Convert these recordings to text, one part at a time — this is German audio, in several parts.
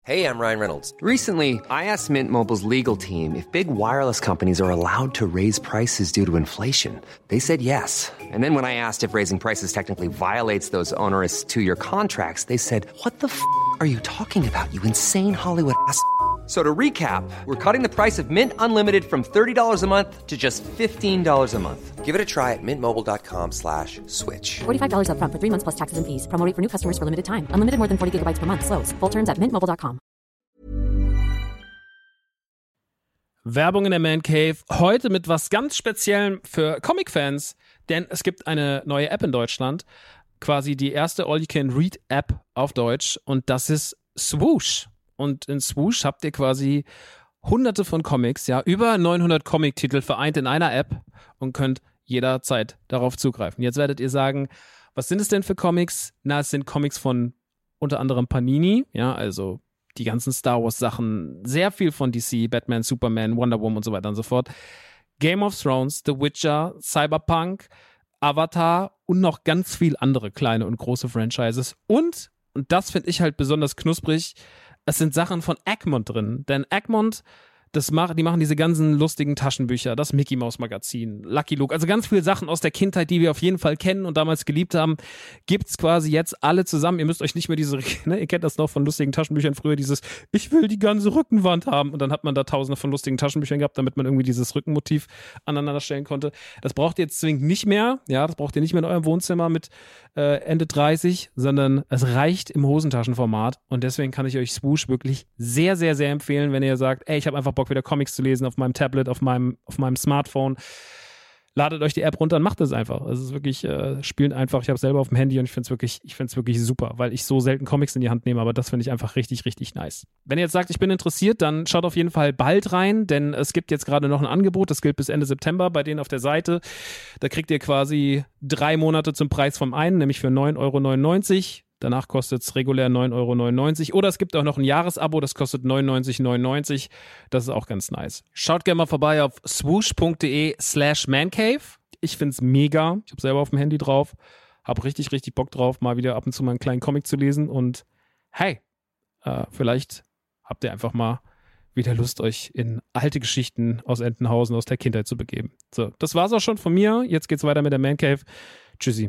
Hey, I'm Ryan Reynolds. Recently, I asked Mint Mobile's legal team if big wireless companies are allowed to raise prices due to inflation. They said yes. And then when I asked if raising prices technically violates those onerous two-year contracts, they said, "What the f*** are you talking about, you insane Hollywood ass?" So to recap, we're cutting the price of Mint Unlimited from $30 a month to just $15 a month. Give it a try at mintmobile.com/switch. $45 up front for 3 months plus taxes and fees. Promo rate for new customers for limited time. Unlimited more than 40 gigabytes per month. Slows full terms at mintmobile.com. Werbung in der Man Cave. Heute mit was ganz Speziellem für Comic-Fans. Denn es gibt eine neue App in Deutschland. Quasi die erste All-You-Can-Read-App auf Deutsch. Und das ist Swoosh. Und in Swoosh habt ihr quasi hunderte von Comics, ja, über 900 Comic-Titel vereint in einer App und könnt jederzeit darauf zugreifen. Jetzt werdet ihr sagen, was sind es denn für Comics? Na, es sind Comics von unter anderem Panini, ja, also die ganzen Star Wars Sachen, sehr viel von DC, Batman, Superman, Wonder Woman und so weiter und so fort. Game of Thrones, The Witcher, Cyberpunk, Avatar und noch ganz viel andere kleine und große Franchises. Und das finde ich halt besonders knusprig, es sind Sachen von Egmont drin, denn Egmont, die machen diese ganzen lustigen Taschenbücher, das Mickey Mouse Magazin, Lucky Luke, also ganz viele Sachen aus der Kindheit, die wir auf jeden Fall kennen und damals geliebt haben, gibt's quasi jetzt alle zusammen. Ihr müsst euch nicht mehr ihr kennt das noch von lustigen Taschenbüchern früher, dieses, ich will die ganze Rückenwand haben und dann hat man da tausende von lustigen Taschenbüchern gehabt, damit man irgendwie dieses Rückenmotiv aneinander stellen konnte. Das braucht ihr jetzt zwingend nicht mehr, ja, das braucht ihr nicht mehr in eurem Wohnzimmer mit Ende 30, sondern es reicht im Hosentaschenformat und deswegen kann ich euch Swoosh wirklich sehr, sehr, sehr empfehlen, wenn ihr sagt, ey, ich habe einfach Bock wieder Comics zu lesen auf meinem Tablet, auf meinem Smartphone. Ladet euch die App runter und macht es einfach. Es ist wirklich, spielt einfach. Ich habe es selber auf dem Handy und ich finde es wirklich super, weil ich so selten Comics in die Hand nehme, aber das finde ich einfach richtig, richtig nice. Wenn ihr jetzt sagt, ich bin interessiert, dann schaut auf jeden Fall bald rein, denn es gibt jetzt gerade noch ein Angebot, das gilt bis Ende September bei denen auf der Seite. Da kriegt ihr quasi 3 Monate zum Preis vom einen, nämlich für 9,99 €. Danach kostet es regulär 9,99 € oder es gibt auch noch ein Jahresabo, das kostet 99,99 €. Das ist auch ganz nice. Schaut gerne mal vorbei auf swoosh.de/mancave. Ich finde es mega. Ich habe selber auf dem Handy drauf. Habe richtig, richtig Bock drauf, mal wieder ab und zu mal einen kleinen Comic zu lesen. Und hey, vielleicht habt ihr einfach mal wieder Lust, euch in alte Geschichten aus Entenhausen, aus der Kindheit zu begeben. So, das war's auch schon von mir. Jetzt geht's weiter mit der Man Cave. Tschüssi.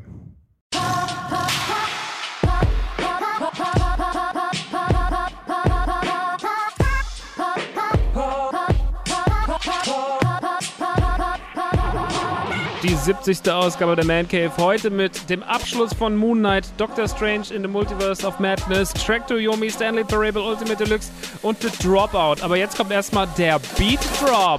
Die 70. Ausgabe der Man Cave. Heute mit dem Abschluss von Moon Knight, Doctor Strange in the Multiverse of Madness, Track to Yomi, Stanley Parable Ultimate Deluxe und The Dropout. Aber jetzt kommt erstmal der Beat Drop.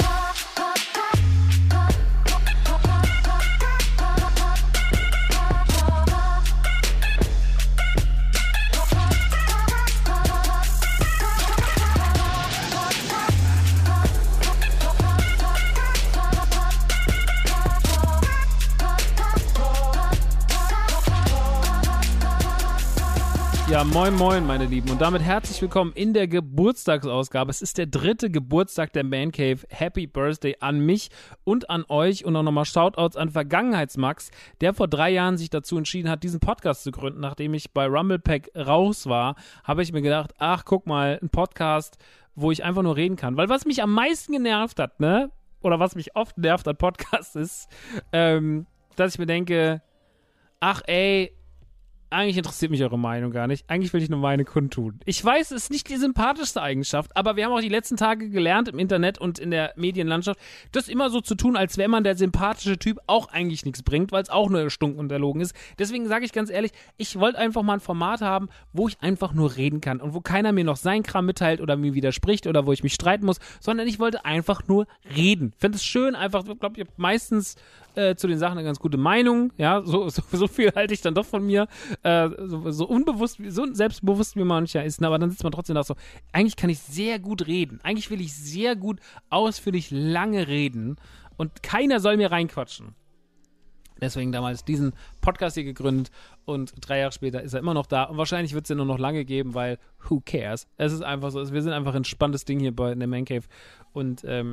Ja, moin moin, meine Lieben. Und damit herzlich willkommen in der Geburtstagsausgabe. Es ist der 3. Geburtstag der Man Cave. Happy Birthday an mich und an euch. Und auch nochmal Shoutouts an Vergangenheitsmax, der vor 3 Jahren sich dazu entschieden hat, diesen Podcast zu gründen. Nachdem ich bei Rumblepack raus war, habe ich mir gedacht, ach, guck mal, ein Podcast, wo ich einfach nur reden kann. Weil was mich am meisten genervt hat, ne, oder was mich oft nervt an Podcasts ist, dass ich mir denke, ach ey, eigentlich interessiert mich eure Meinung gar nicht. Eigentlich will ich nur meine kundtun. Ich weiß, es ist nicht die sympathischste Eigenschaft, aber wir haben auch die letzten Tage gelernt im Internet und in der Medienlandschaft, das immer so zu tun, als wäre man der sympathische Typ, auch eigentlich nichts bringt, weil es auch nur erstunken und erlogen ist. Deswegen sage ich ganz ehrlich, ich wollte einfach mal ein Format haben, wo ich einfach nur reden kann und wo keiner mir noch seinen Kram mitteilt oder mir widerspricht oder wo ich mich streiten muss, sondern ich wollte einfach nur reden. Ich finde es schön, einfach, ich glaube, ihr habt meistens zu den Sachen eine ganz gute Meinung, ja, so viel halte ich dann doch von mir, so unbewusst, so selbstbewusst wie mancher ist, aber dann sitzt man trotzdem da so, eigentlich kann ich sehr gut reden, eigentlich will ich sehr gut ausführlich lange reden und keiner soll mir reinquatschen. Deswegen damals diesen Podcast hier gegründet und 3 Jahre später ist er immer noch da und wahrscheinlich wird es ja nur noch lange geben, weil who cares? Es ist einfach so, wir sind einfach ein spannendes Ding hier in der Man Cave und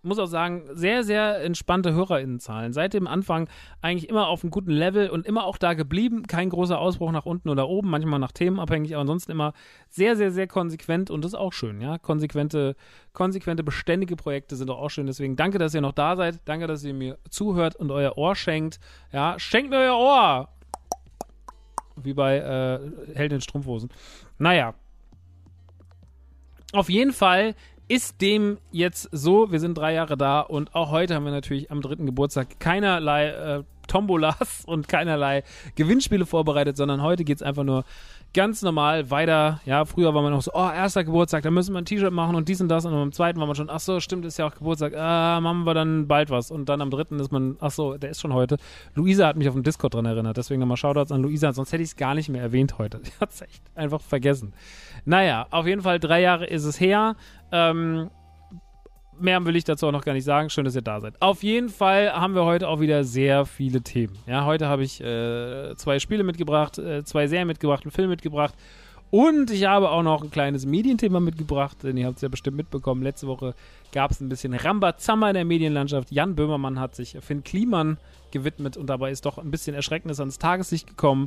muss auch sagen, sehr, sehr entspannte HörerInnenzahlen. Seit dem Anfang eigentlich immer auf einem guten Level und immer auch da geblieben. Kein großer Ausbruch nach unten oder oben, manchmal nach Themen abhängig, aber ansonsten immer sehr, sehr, sehr konsequent und das ist auch schön, ja. Konsequente, beständige Projekte sind doch auch schön. Deswegen danke, dass ihr noch da seid. Danke, dass ihr mir zuhört und euer Ohr schenkt. Ja, schenkt mir euer Ohr! Wie bei Helden in Strumpfhosen. Naja. Auf jeden Fall ist dem jetzt so, wir sind 3 Jahre da und auch heute haben wir natürlich am 3. Geburtstag keinerlei Tombolas und keinerlei Gewinnspiele vorbereitet, sondern heute geht es einfach nur ganz normal weiter. Ja, früher war man noch so, 1. Geburtstag, da müssen wir ein T-Shirt machen und dies und das und am 2. war man schon, ach so, stimmt, ist ja auch Geburtstag, machen wir dann bald was und dann am 3. ist man, ach so, der ist schon heute. Luisa hat mich auf dem Discord dran erinnert, deswegen nochmal Shoutouts an Luisa, sonst hätte ich es gar nicht mehr erwähnt heute. Ich hatte es echt einfach vergessen. Naja, auf jeden Fall 3 Jahre ist es her. Mehr will ich dazu auch noch gar nicht sagen. Schön, dass ihr da seid. Auf jeden Fall haben wir heute auch wieder sehr viele Themen. Ja, heute habe ich 2 Spiele mitgebracht, 2 Serien mitgebracht, einen Film mitgebracht und ich habe auch noch ein kleines Medienthema mitgebracht, denn ihr habt es ja bestimmt mitbekommen. Letzte Woche gab es ein bisschen Rambazamba in der Medienlandschaft. Jan Böhmermann hat sich Finn Kliman gewidmet und dabei ist doch ein bisschen Erschrecknis ans Tageslicht gekommen.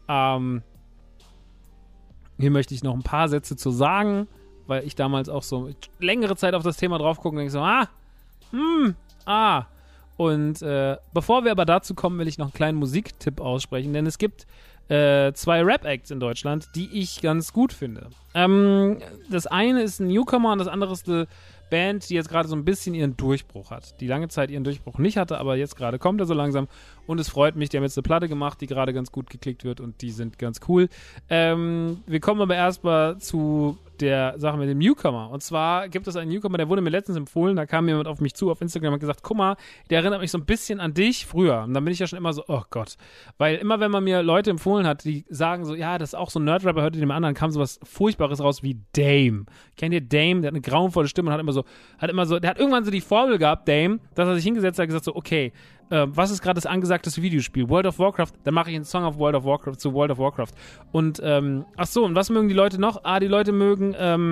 Hier möchte ich noch ein paar Sätze zu sagen, weil ich damals auch so längere Zeit auf das Thema drauf gucke und denke so, Und bevor wir aber dazu kommen, will ich noch einen kleinen Musiktipp aussprechen, denn es gibt 2 Rap-Acts in Deutschland, die ich ganz gut finde. Das eine ist ein Newcomer und das andere ist eine Band, die jetzt gerade so ein bisschen ihren Durchbruch hat. Die lange Zeit ihren Durchbruch nicht hatte, aber jetzt gerade kommt er so langsam und es freut mich, die haben jetzt eine Platte gemacht, die gerade ganz gut geklickt wird und die sind ganz cool. Wir kommen aber erstmal zu der Sache mit dem Newcomer. Und zwar gibt es einen Newcomer, der wurde mir letztens empfohlen, da kam jemand auf mich zu auf Instagram und hat gesagt, guck mal, der erinnert mich so ein bisschen an dich früher. Und dann bin ich ja schon immer so, oh Gott. Weil immer, wenn man mir Leute empfohlen hat, die sagen so, ja, das ist auch so ein Nerd-Rapper, hört ihr dem anderen, kam so was Furchtbares raus wie Dame. Kennt ihr Dame? Der hat eine grauenvolle Stimme und der hat irgendwann so die Formel gehabt, Dame, dass er sich hingesetzt hat und gesagt so, okay, was ist gerade das angesagteste Videospiel? World of Warcraft? Dann mache ich einen Song auf World of Warcraft. Und, ach so, und was mögen die Leute noch? Die Leute mögen,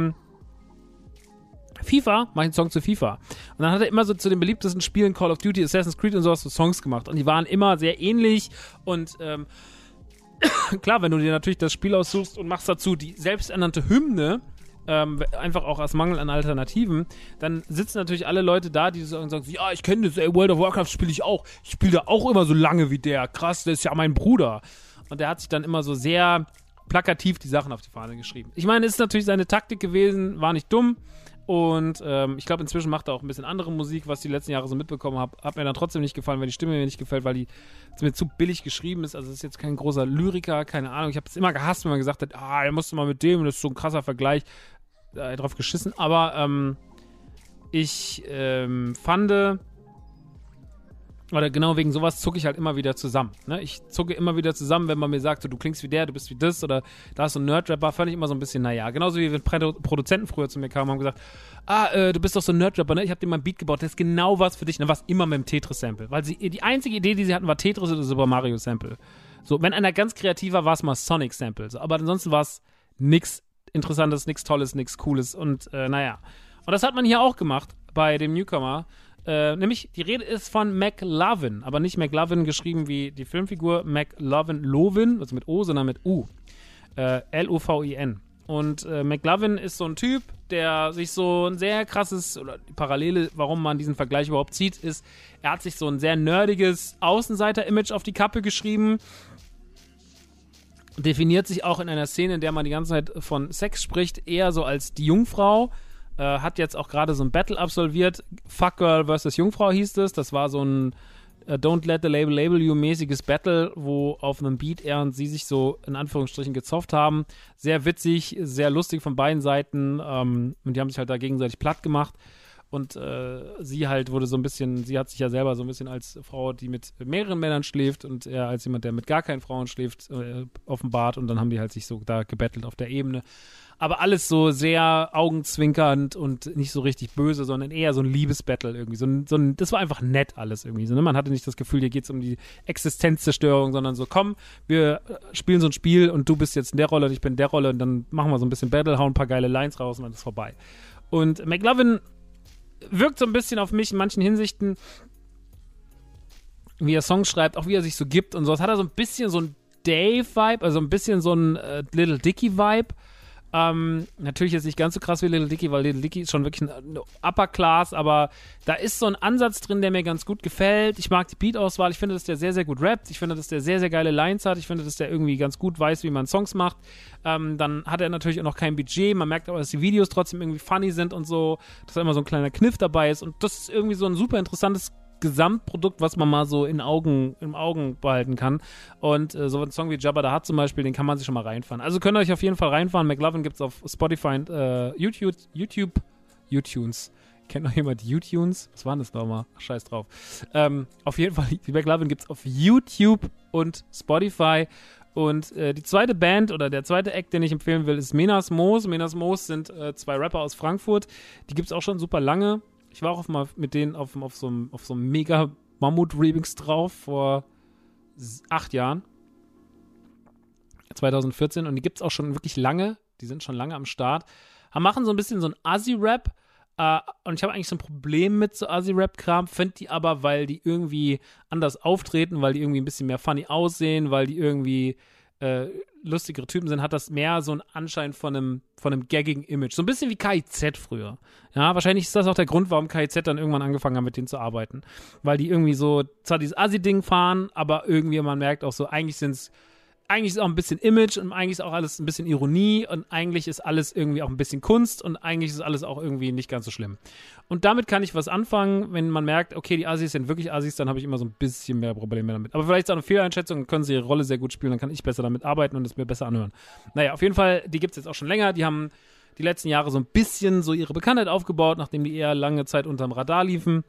FIFA, mache ich einen Song zu FIFA. Und dann hat er immer so zu den beliebtesten Spielen Call of Duty, Assassin's Creed und sowas so Songs gemacht. Und die waren immer sehr ähnlich und, klar, wenn du dir natürlich das Spiel aussuchst und machst dazu die selbsternannte Hymne, einfach auch aus Mangel an Alternativen, dann sitzen natürlich alle Leute da, die sagen, ja, ich kenne das, World of Warcraft spiele ich auch. Ich spiele da auch immer so lange wie der. Krass, der ist ja mein Bruder. Und der hat sich dann immer so sehr plakativ die Sachen auf die Fahne geschrieben. Ich meine, es ist natürlich seine Taktik gewesen, war nicht dumm. Und ich glaube, inzwischen macht er auch ein bisschen andere Musik, was ich die letzten Jahre so mitbekommen habe. Hat mir dann trotzdem nicht gefallen, weil die Stimme mir nicht gefällt, weil die mir zu billig geschrieben ist. Also es ist jetzt kein großer Lyriker, keine Ahnung. Ich habe es immer gehasst, wenn man gesagt hat, er musste mal mit dem, das ist so ein krasser Vergleich. Drauf geschissen. Aber ich fand, oder genau wegen sowas zucke ich halt immer wieder zusammen. Ne? Ich zucke immer wieder zusammen, wenn man mir sagt, so, du klingst wie der, du bist wie das oder da ist so ein Nerd-Rapper, fand ich immer so ein bisschen, naja. Genauso wie wenn Produzenten früher zu mir kamen und haben gesagt, du bist doch so ein Nerd-Rapper, ne? Ich habe dir mal ein Beat gebaut, das ist genau was für dich. Und dann war es immer mit dem Tetris-Sample. Weil die einzige Idee, die sie hatten, war Tetris oder Super Mario-Sample. So, wenn einer ganz kreativ war, war es mal Sonic-Sample. So, aber ansonsten war es nix Interessantes, nichts Tolles, nichts Cooles und naja. Und das hat man hier auch gemacht bei dem Newcomer. Nämlich, die Rede ist von McLovin, aber nicht McLovin geschrieben wie die Filmfigur McLovin, also mit O, sondern mit U. L-U-V-I-N. Und McLovin ist so ein Typ, der sich so ein sehr krasses, oder die Parallele, warum man diesen Vergleich überhaupt zieht, ist, er hat sich so ein sehr nerdiges Außenseiter-Image auf die Kappe geschrieben. Definiert sich auch in einer Szene, in der man die ganze Zeit von Sex spricht, eher so als die Jungfrau. Hat jetzt auch gerade so ein Battle absolviert. Fuck Girl vs. Jungfrau hieß es. Das war so ein Don't Let the Label You mäßiges Battle, wo auf einem Beat er und sie sich so in Anführungsstrichen gezofft haben. Sehr witzig, sehr lustig von beiden Seiten. Und die haben sich halt da gegenseitig platt gemacht. Und sie halt wurde so ein bisschen, sie hat sich ja selber so ein bisschen als Frau, die mit mehreren Männern schläft und er als jemand, der mit gar keinen Frauen schläft, offenbart. Und dann haben die halt sich so da gebettelt auf der Ebene. Aber alles so sehr augenzwinkernd und nicht so richtig böse, sondern eher so ein Liebesbattle irgendwie. Das war einfach nett alles irgendwie. So, ne? Man hatte nicht das Gefühl, hier geht es um die Existenzzerstörung, sondern so, komm, wir spielen so ein Spiel und du bist jetzt in der Rolle und ich bin in der Rolle und dann machen wir so ein bisschen Battle, hauen ein paar geile Lines raus und dann ist vorbei. Und McLovin wirkt so ein bisschen auf mich in manchen Hinsichten, wie er Songs schreibt, auch wie er sich so gibt und so. Das hat er so ein bisschen so ein Dave-Vibe, also ein bisschen so ein Little Dicky-Vibe. Natürlich jetzt nicht ganz so krass wie Little Dicky, weil Little Dicky ist schon wirklich eine Upper Class, aber da ist so ein Ansatz drin, der mir ganz gut gefällt. Ich mag die Beat-Auswahl, ich finde, dass der sehr, sehr gut rappt, ich finde, dass der sehr, sehr geile Lines hat, ich finde, dass der irgendwie ganz gut weiß, wie man Songs macht. Dann hat er natürlich auch noch kein Budget, man merkt aber, dass die Videos trotzdem irgendwie funny sind und so, dass da immer so ein kleiner Kniff dabei ist und das ist irgendwie so ein super interessantes Gesamtprodukt, was man mal so im Augen behalten kann. Und so ein Song wie Jabba the Hutt zum Beispiel, den kann man sich schon mal reinfahren. Also könnt ihr euch auf jeden Fall reinfahren. McLovin gibt's auf Spotify und YouTunes. Kennt noch jemand YouTunes? Was war das nochmal? Ach, scheiß drauf. Auf jeden Fall, die McLovin gibt's auf YouTube und Spotify. Und die zweite Band oder der zweite Act, den ich empfehlen will, ist Menas Moos. Menas Moos sind 2 Rapper aus Frankfurt. Die gibt's auch schon super lange. Ich war auch mal mit denen auf so einem mega Mammut-Remix drauf vor 8 Jahren. 2014. Und die gibt's auch schon wirklich lange. Die sind schon lange am Start. Machen so ein bisschen so ein Assi-Rap. Und ich habe eigentlich so ein Problem mit so Assi-Rap-Kram. Finde die aber, weil die irgendwie anders auftreten, weil die irgendwie ein bisschen mehr funny aussehen, weil die irgendwie lustigere Typen sind, hat das mehr so einen Anschein von einem gaggigen Image. So ein bisschen wie KIZ früher. Ja, wahrscheinlich ist das auch der Grund, warum KIZ dann irgendwann angefangen hat, mit denen zu arbeiten. Weil die irgendwie so zwar dieses Assi-Ding fahren, aber irgendwie man merkt auch so, eigentlich ist auch ein bisschen Image und eigentlich ist auch alles ein bisschen Ironie und eigentlich ist alles irgendwie auch ein bisschen Kunst und eigentlich ist alles auch irgendwie nicht ganz so schlimm. Und damit kann ich was anfangen, wenn man merkt, okay, die Assis sind wirklich Assis, dann habe ich immer so ein bisschen mehr Probleme damit. Aber vielleicht ist es auch eine Fehleinschätzung und können sie ihre Rolle sehr gut spielen, dann kann ich besser damit arbeiten und es mir besser anhören. Naja, auf jeden Fall, die gibt es jetzt auch schon länger, die haben die letzten Jahre so ein bisschen so ihre Bekanntheit aufgebaut, nachdem die eher lange Zeit unterm Radar liefen.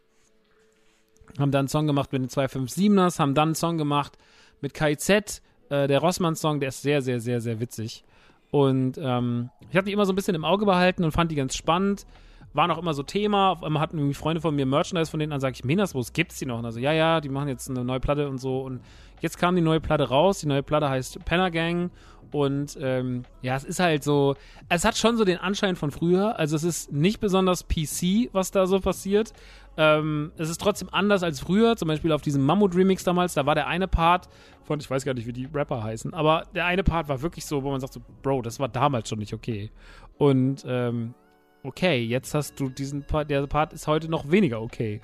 Haben dann einen Song gemacht mit den 257ers, haben dann einen Song gemacht mit KIZ, der Rossmann-Song, der ist sehr, sehr, sehr, sehr witzig. Und ich habe die immer so ein bisschen im Auge behalten und fand die ganz spannend. Waren auch immer so Thema. Auf einmal hatten irgendwie Freunde von mir Merchandise von denen, dann sage ich, Menas, wo gibt's die noch? Und also, ja, die machen jetzt eine neue Platte und so. Und jetzt kam die neue Platte raus. Die neue Platte heißt Penner Gang. Und es ist halt so, es hat schon so den Anschein von früher. Also es ist nicht besonders PC, was da so passiert. Es ist trotzdem anders als früher. Zum Beispiel auf diesem Mammut-Remix damals, da war der eine Part von, ich weiß gar nicht, wie die Rapper heißen, aber der eine Part war wirklich so, wo man sagt so, Bro, das war damals schon nicht okay. Und okay, jetzt hast du diesen Part, der Part ist heute noch weniger okay.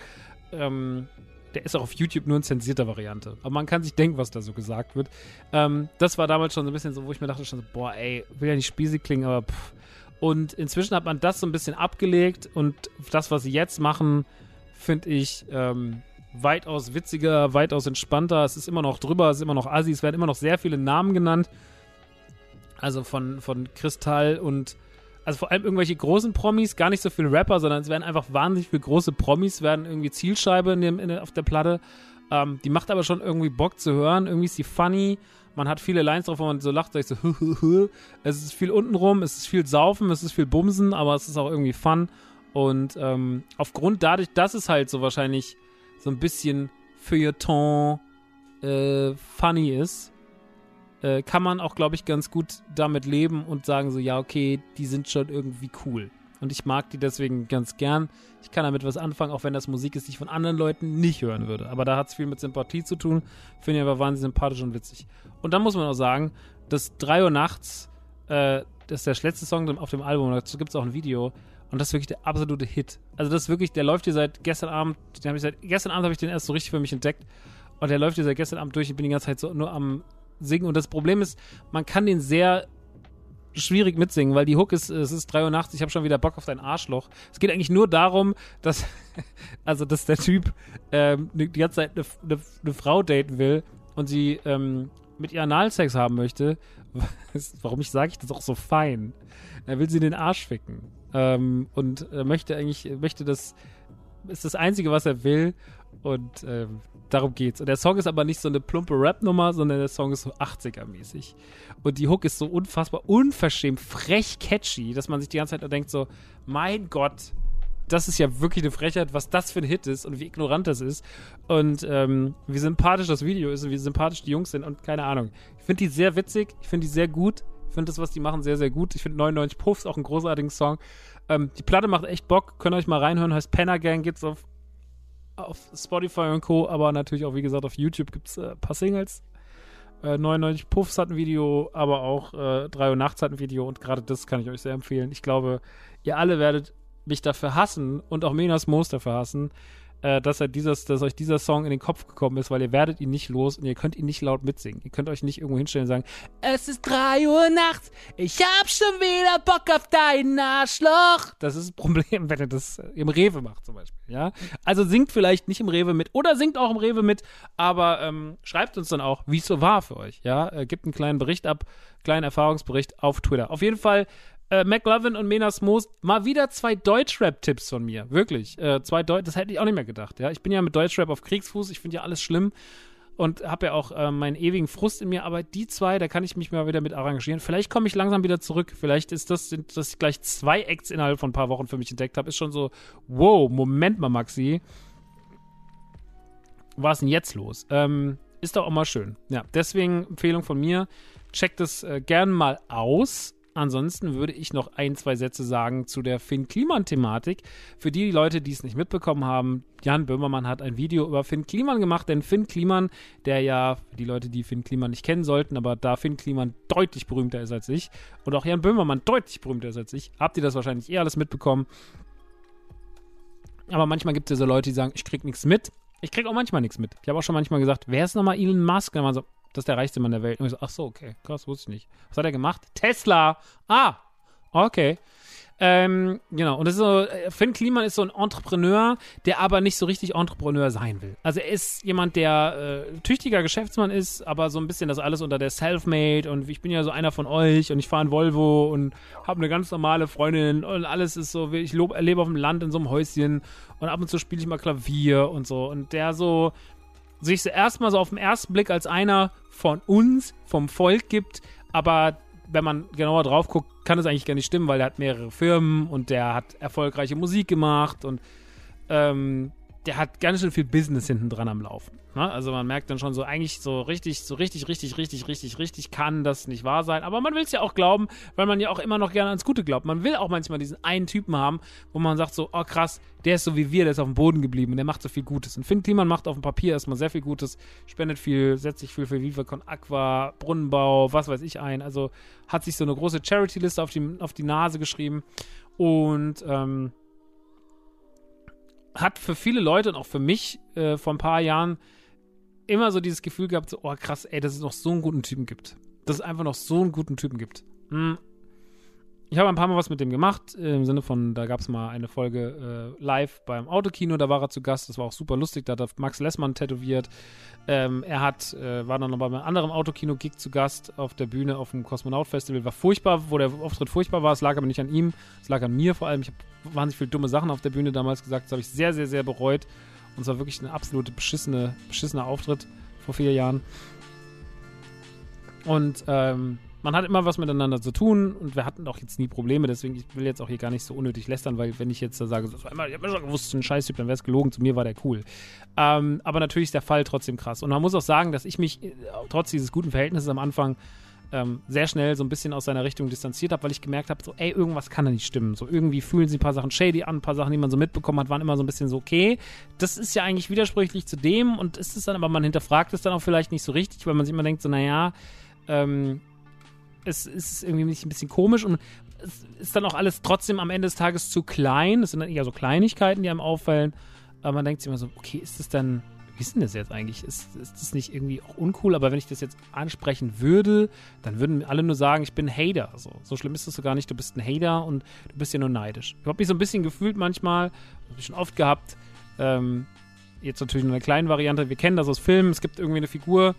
Der ist auch auf YouTube nur in zensierter Variante. Aber man kann sich denken, was da so gesagt wird. Das war damals schon so ein bisschen so, wo ich mir dachte schon so, boah, ey, will ja nicht spießig klingen, aber pff. Und inzwischen hat man das so ein bisschen abgelegt und das, was sie jetzt machen, finde ich weitaus witziger, weitaus entspannter. Es ist immer noch drüber, es ist immer noch assi, es werden immer noch sehr viele Namen genannt. Also von Kristall und also vor allem irgendwelche großen Promis, gar nicht so viele Rapper, sondern es werden einfach wahnsinnig viele große Promis, werden irgendwie Zielscheibe auf der Platte. Die macht aber schon irgendwie Bock zu hören. Irgendwie ist die funny. Man hat viele Lines drauf, wo man so lacht, sagt so, es ist viel untenrum, es ist viel Saufen, es ist viel Bumsen, aber es ist auch irgendwie Fun. Und aufgrund dadurch, dass es halt so wahrscheinlich so ein bisschen Feuilleton funny ist, kann man auch, glaube ich, ganz gut damit leben und sagen so, ja, okay, die sind schon irgendwie cool. Und ich mag die deswegen ganz gern. Ich kann damit was anfangen, auch wenn das Musik ist, die ich von anderen Leuten nicht hören würde. Aber da hat es viel mit Sympathie zu tun. Finde ich aber wahnsinnig sympathisch und witzig. Und dann muss man auch sagen, dass 3 Uhr nachts, das ist der letzte Song auf dem Album, dazu gibt es auch ein Video. Und das ist wirklich der absolute Hit. Also das ist wirklich, der läuft hier seit gestern Abend, gestern Abend habe ich den erst so richtig für mich entdeckt. Und der läuft hier seit gestern Abend durch. Ich bin die ganze Zeit so nur am Singen. Und das Problem ist, man kann den sehr schwierig mitsingen, weil die Hook ist, es ist 3 Uhr nachts, ich habe schon wieder Bock auf dein Arschloch. Es geht eigentlich nur darum, dass der Typ die ganze Zeit eine Frau daten will und sie mit ihr Analsex haben möchte. Warum sage ich das auch so fein? Er will sie den Arsch ficken. Und möchte das, ist das Einzige, was er will. Und darum geht's. Und der Song ist aber nicht so eine plumpe Rap-Nummer, sondern der Song ist so 80er-mäßig. Und die Hook ist so unfassbar unverschämt, frech catchy, dass man sich die ganze Zeit denkt so, mein Gott, das ist ja wirklich eine Frechheit, was das für ein Hit ist und wie ignorant das ist. Und wie sympathisch das Video ist und wie sympathisch die Jungs sind und keine Ahnung. Ich finde die sehr witzig, ich finde die sehr gut, finde das, was die machen, sehr, sehr gut. Ich finde 99 Puffs auch einen großartigen Song. Die Platte macht echt Bock. Könnt ihr euch mal reinhören. Heißt Penner Gang. Gibt's auf Spotify und Co. Aber natürlich auch, wie gesagt, auf YouTube gibt's ein paar Singles. 99 Puffs hat ein Video, aber auch 3 Uhr nachts hat ein Video. Und gerade das kann ich euch sehr empfehlen. Ich glaube, ihr alle werdet mich dafür hassen und auch Menas Moos dafür hassen, dass euch dieser Song in den Kopf gekommen ist, weil ihr werdet ihn nicht los und ihr könnt ihn nicht laut mitsingen. Ihr könnt euch nicht irgendwo hinstellen und sagen, es ist 3 Uhr nachts, ich hab schon wieder Bock auf dein Arschloch. Das ist ein Problem, wenn ihr das im Rewe macht zum Beispiel, ja. Also singt vielleicht nicht im Rewe mit oder singt auch im Rewe mit, aber schreibt uns dann auch, wie es so war für euch, ja. Gebt einen kleinen Bericht ab, kleinen Erfahrungsbericht auf Twitter. Auf jeden Fall McLovin und Menas Moos, mal wieder 2 Deutschrap-Tipps von mir. Wirklich. Das hätte ich auch nicht mehr gedacht. Ja? Ich bin ja mit Deutschrap auf Kriegsfuß. Ich finde ja alles schlimm und habe ja auch meinen ewigen Frust in mir. Aber die 2, da kann ich mich mal wieder mit arrangieren. Vielleicht komme ich langsam wieder zurück. Vielleicht sind das gleich 2 Acts innerhalb von ein paar Wochen für mich entdeckt habe. Ist schon so, wow, Moment mal, Maxi. Was ist denn jetzt los? Ist doch auch mal schön. Ja, deswegen Empfehlung von mir. Checkt es gern mal aus. Ansonsten würde ich noch 1, 2 Sätze sagen zu der Finn Kliman-Thematik. Für die Leute, die es nicht mitbekommen haben, Jan Böhmermann hat ein Video über Finn Kliman gemacht, denn Finn Kliman, der ja, für die Leute, die Finn Kliman nicht kennen sollten, aber da Finn Kliman deutlich berühmter ist als ich und auch Jan Böhmermann deutlich berühmter ist als ich, habt ihr das wahrscheinlich alles mitbekommen. Aber manchmal gibt es ja so Leute, die sagen, ich krieg nichts mit. Ich krieg auch manchmal nichts mit. Ich habe auch schon manchmal gesagt, wer ist nochmal Elon Musk? Und dann war so, das ist der reichste Mann der Welt. Und ich so, ach so, okay, krass, wusste ich nicht. Was hat er gemacht? Tesla! Ah, okay. Genau, und das ist so, Finn Kliman ist so ein Entrepreneur, der aber nicht so richtig Entrepreneur sein will. Also er ist jemand, der tüchtiger Geschäftsmann ist, aber so ein bisschen das alles unter der Selfmade und ich bin ja so einer von euch und ich fahre ein Volvo und habe eine ganz normale Freundin und alles ist so, ich lebe auf dem Land in so einem Häuschen und ab und zu spiele ich mal Klavier und so und der so sich so erstmal so auf den ersten Blick als einer von uns, vom Volk gibt, aber wenn man genauer drauf guckt, kann es eigentlich gar nicht stimmen, weil er hat mehrere Firmen und der hat erfolgreiche Musik gemacht und der hat ganz schön viel Business hinten dran am Laufen. Ne? Also man merkt dann schon so, eigentlich so richtig kann das nicht wahr sein. Aber man will es ja auch glauben, weil man ja auch immer noch gerne ans Gute glaubt. Man will auch manchmal diesen einen Typen haben, wo man sagt so, oh krass, der ist so wie wir, der ist auf dem Boden geblieben und der macht so viel Gutes. Und Finn Kliman macht auf dem Papier erstmal sehr viel Gutes, spendet viel, setzt sich viel für Viva Con Aqua, Brunnenbau, was weiß ich ein. Also hat sich so eine große Charity-Liste auf die Nase geschrieben und hat für viele Leute und auch für mich vor ein paar Jahren immer so dieses Gefühl gehabt, so, oh krass, ey, dass es noch so einen guten Typen gibt. Dass es einfach noch so einen guten Typen gibt. Ich habe ein paar Mal was mit dem gemacht, im Sinne von, da gab es mal eine Folge live beim Autokino, da war er zu Gast, das war auch super lustig, da hat er Max Lessmann tätowiert. Er war dann noch bei einem anderen Autokino-Gig zu Gast auf der Bühne auf dem Kosmonaut-Festival, war furchtbar, wo der Auftritt furchtbar war, es lag aber nicht an ihm, es lag an mir vor allem, ich habe wahnsinnig viele dumme Sachen auf der Bühne damals gesagt, das habe ich sehr, sehr, sehr bereut und es war wirklich eine absolute beschissener Auftritt vor 4 Jahren. Und man hat immer was miteinander zu tun und wir hatten auch jetzt nie Probleme, deswegen ich will jetzt auch hier gar nicht so unnötig lästern, weil wenn ich jetzt da sage, ich habe mir schon gewusst, so ein Scheißtyp, dann wäre es gelogen, zu mir war der cool. Aber natürlich ist der Fall trotzdem krass. Und man muss auch sagen, dass ich mich trotz dieses guten Verhältnisses am Anfang sehr schnell so ein bisschen aus seiner Richtung distanziert habe, weil ich gemerkt habe, so ey, irgendwas kann da nicht stimmen. So irgendwie fühlen sie ein paar Sachen shady an, ein paar Sachen, die man so mitbekommen hat, waren immer so ein bisschen so, okay, das ist ja eigentlich widersprüchlich zu dem und ist es dann, aber man hinterfragt es dann auch vielleicht nicht so richtig, weil man sich immer denkt, so naja, es ist irgendwie ein bisschen komisch und es ist dann auch alles trotzdem am Ende des Tages zu klein. Es sind dann eher so Kleinigkeiten, die einem auffallen. Aber man denkt sich immer so, okay, ist das dann, wie ist denn das jetzt eigentlich? Ist das nicht irgendwie auch uncool? Aber wenn ich das jetzt ansprechen würde, dann würden alle nur sagen, ich bin ein Hater. So schlimm ist das so gar nicht. Du bist ein Hater und du bist ja nur neidisch. Ich habe mich so ein bisschen gefühlt manchmal, habe ich schon oft gehabt, jetzt natürlich nur eine kleine Variante. Wir kennen das aus Filmen. Es gibt irgendwie eine Figur,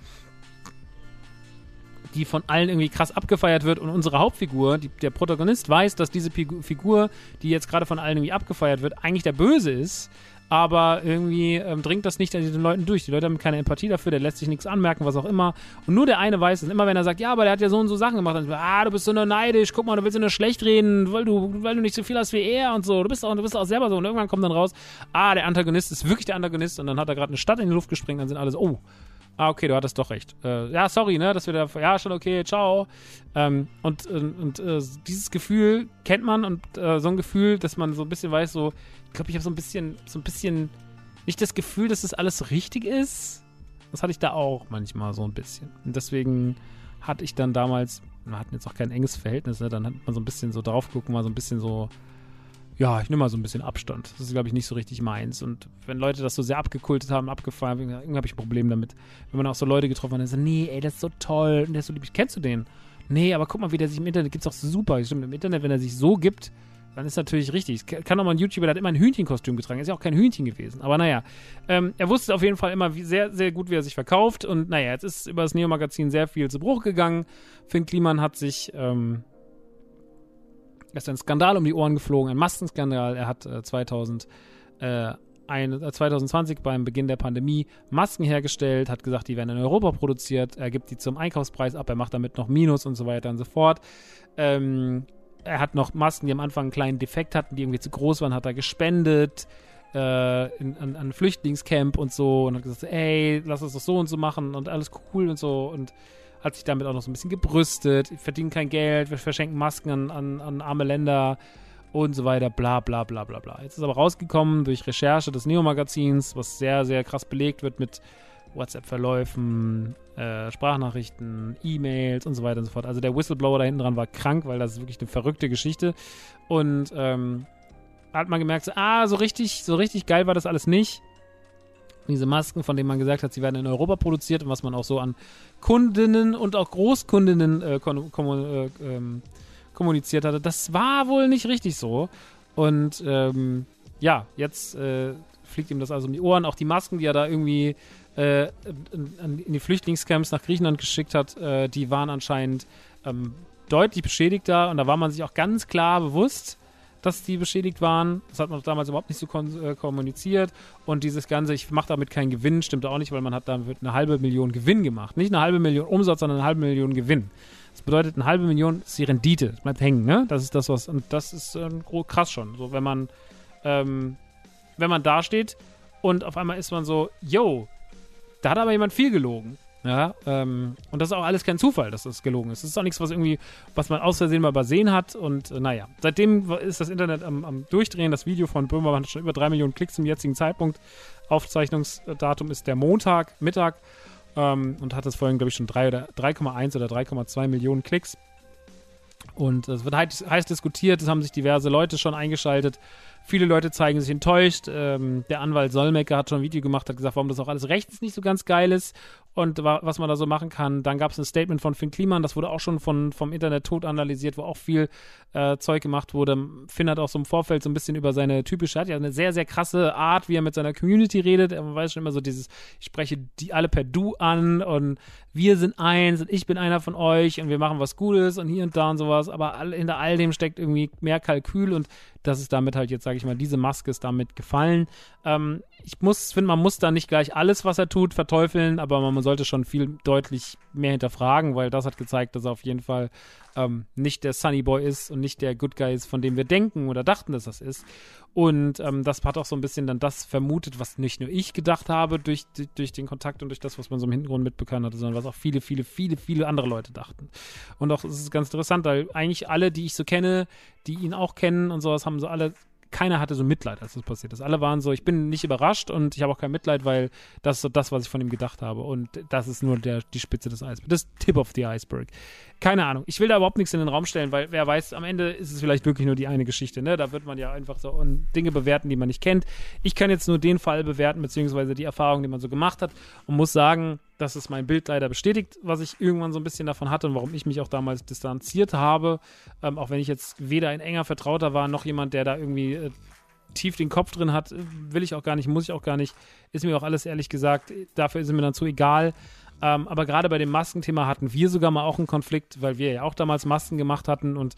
die von allen irgendwie krass abgefeiert wird und unsere Hauptfigur, der Protagonist, weiß, dass diese Figur, die jetzt gerade von allen irgendwie abgefeiert wird, eigentlich der Böse ist, aber irgendwie dringt das nicht an den Leuten durch. Die Leute haben keine Empathie dafür, der lässt sich nichts anmerken, was auch immer. Und nur der eine weiß es. Und immer wenn er sagt, ja, aber der hat ja so und so Sachen gemacht, dann du bist so nur neidisch, guck mal, du willst nur schlecht reden, weil du nicht so viel hast wie er und so. Du bist auch selber so. Und irgendwann kommt dann raus, der Antagonist ist wirklich der Antagonist und dann hat er gerade eine Stadt in die Luft gesprengt, dann sind alle so, okay, du hattest doch recht. Ja, sorry, ne, dass wir da, ja, schon okay, ciao. Und dieses Gefühl kennt man und so ein Gefühl, dass man so ein bisschen weiß, so, ich glaube, ich habe so ein bisschen nicht das Gefühl, dass das alles richtig ist. Das hatte ich da auch manchmal so ein bisschen. Und deswegen hatte ich dann damals, wir hatten jetzt auch kein enges Verhältnis, ne, dann hat man so ein bisschen so drauf gucken, mal so ein bisschen so, ja, ich nehme mal so ein bisschen Abstand. Das ist, glaube ich, nicht so richtig meins. Und wenn Leute das so sehr abgekultet haben, abgefallen, irgendwie habe ich ein Problem damit. Wenn man auch so Leute getroffen hat, dann sagt, nee, ey, das ist so toll und der ist so lieb. Kennst du den? Nee, aber guck mal, wie der sich im Internet gibt, ist auch super. Stimmt, im Internet, wenn er sich so gibt, dann ist natürlich richtig. Es kann auch mal ein YouTuber, der hat immer ein Hühnchenkostüm getragen. Ist ja auch kein Hühnchen gewesen. Aber naja, er wusste auf jeden Fall immer sehr, sehr gut, wie er sich verkauft. Und naja, jetzt ist über das Neo-Magazin sehr viel zu Bruch gegangen. Finn Kliman hat sich ist ein Skandal um die Ohren geflogen, ein Maskenskandal. Er hat 2020 beim Beginn der Pandemie Masken hergestellt, hat gesagt, die werden in Europa produziert. Er gibt die zum Einkaufspreis ab, er macht damit noch Minus und so weiter und so fort. Er hat noch Masken, die am Anfang einen kleinen Defekt hatten, die irgendwie zu groß waren, hat er gespendet an ein Flüchtlingscamp und so und hat gesagt, ey, lass uns das so und so machen und alles cool und so und hat sich damit auch noch so ein bisschen gebrüstet, verdienen kein Geld, wir verschenken Masken an arme Länder und so weiter, bla bla bla bla bla. Jetzt ist aber rausgekommen durch Recherche des Neo-Magazins, was sehr, sehr krass belegt wird mit WhatsApp-Verläufen, Sprachnachrichten, E-Mails und so weiter und so fort. Also der Whistleblower da hinten dran war krank, weil das ist wirklich eine verrückte Geschichte. Und hat man gemerkt, so richtig geil war das alles nicht. Diese Masken, von denen man gesagt hat, sie werden in Europa produziert und was man auch so an Kundinnen und auch Großkundinnen kommuniziert hatte, das war wohl nicht richtig so. Und ja, jetzt fliegt ihm das also um die Ohren. Auch die Masken, die er da irgendwie in die Flüchtlingscamps nach Griechenland geschickt hat, die waren anscheinend deutlich beschädigt da. Und da war man sich auch ganz klar bewusst, dass die beschädigt waren. Das hat man damals überhaupt nicht so kommuniziert. Und dieses Ganze, ich mache damit keinen Gewinn, stimmt auch nicht, weil man hat damit 500.000 Gewinn gemacht. Nicht 500.000 Umsatz, sondern 500.000 Gewinn. Das bedeutet, 500.000 ist die Rendite. Das bleibt hängen, ne? Das ist das, was, und das ist krass schon. So, wenn man da steht und auf einmal ist man so, yo, da hat aber jemand viel gelogen. Ja, und das ist auch alles kein Zufall, dass das gelogen ist. Das ist auch nichts, was man aus Versehen mal übersehen hat. Und naja, seitdem ist das Internet am Durchdrehen. Das Video von Böhmermann hat schon über 3 Millionen Klicks zum jetzigen Zeitpunkt. Aufzeichnungsdatum ist der Montag, Mittag. Und hat das vorhin, glaube ich, schon 3,1 oder 3,2 Millionen Klicks. Und es wird heiß diskutiert. Es haben sich diverse Leute schon eingeschaltet. Viele Leute zeigen sich enttäuscht. Der Anwalt Solmecke hat schon ein Video gemacht, hat gesagt, warum das auch alles rechtens nicht so ganz geil ist und was man da so machen kann. Dann gab es ein Statement von Finn Kliman, das wurde auch schon vom Internet tot analysiert, wo auch viel Zeug gemacht wurde. Finn hat auch so im Vorfeld so ein bisschen über seine typische, hat ja eine sehr, sehr krasse Art, wie er mit seiner Community redet. Man weiß schon immer so dieses, ich spreche die alle per Du an und wir sind eins und ich bin einer von euch und wir machen was Gutes und hier und da und sowas. Aber hinter all dem steckt irgendwie mehr Kalkül und das ist damit halt jetzt, sage ich mal, diese Maske ist damit gefallen. Ich finde, man muss da nicht gleich alles, was er tut, verteufeln, aber man sollte schon viel deutlich mehr hinterfragen, weil das hat gezeigt, dass er auf jeden Fall nicht der Sunny Boy ist und nicht der Good Guy ist, von dem wir denken oder dachten, dass das ist. Und das hat auch so ein bisschen dann das vermutet, was nicht nur ich gedacht habe durch den Kontakt und durch das, was man so im Hintergrund mitbekommen hatte, sondern was auch viele, viele, viele, viele andere Leute dachten. Und auch, es ist ganz interessant, weil eigentlich alle, die ich so kenne, die ihn auch kennen und sowas, haben so alle, keiner hatte so Mitleid, als das passiert ist. Alle waren so, ich bin nicht überrascht und ich habe auch kein Mitleid, weil das ist so das, was ich von ihm gedacht habe. Und das ist nur die Spitze des Eisbergs. Das Tip of the Iceberg. Keine Ahnung. Ich will da überhaupt nichts in den Raum stellen, weil wer weiß, am Ende ist es vielleicht wirklich nur die eine Geschichte. Ne? Da wird man ja einfach so Dinge bewerten, die man nicht kennt. Ich kann jetzt nur den Fall bewerten, beziehungsweise die Erfahrung, die man so gemacht hat und muss sagen, dass es mein Bild leider bestätigt, was ich irgendwann so ein bisschen davon hatte und warum ich mich auch damals distanziert habe. Auch wenn ich jetzt weder ein enger Vertrauter war, noch jemand, der da irgendwie tief den Kopf drin hat, will ich auch gar nicht, muss ich auch gar nicht. Ist mir auch alles ehrlich gesagt, dafür ist es mir dann zu egal. Aber gerade bei dem Maskenthema hatten wir sogar mal auch einen Konflikt, weil wir ja auch damals Masken gemacht hatten und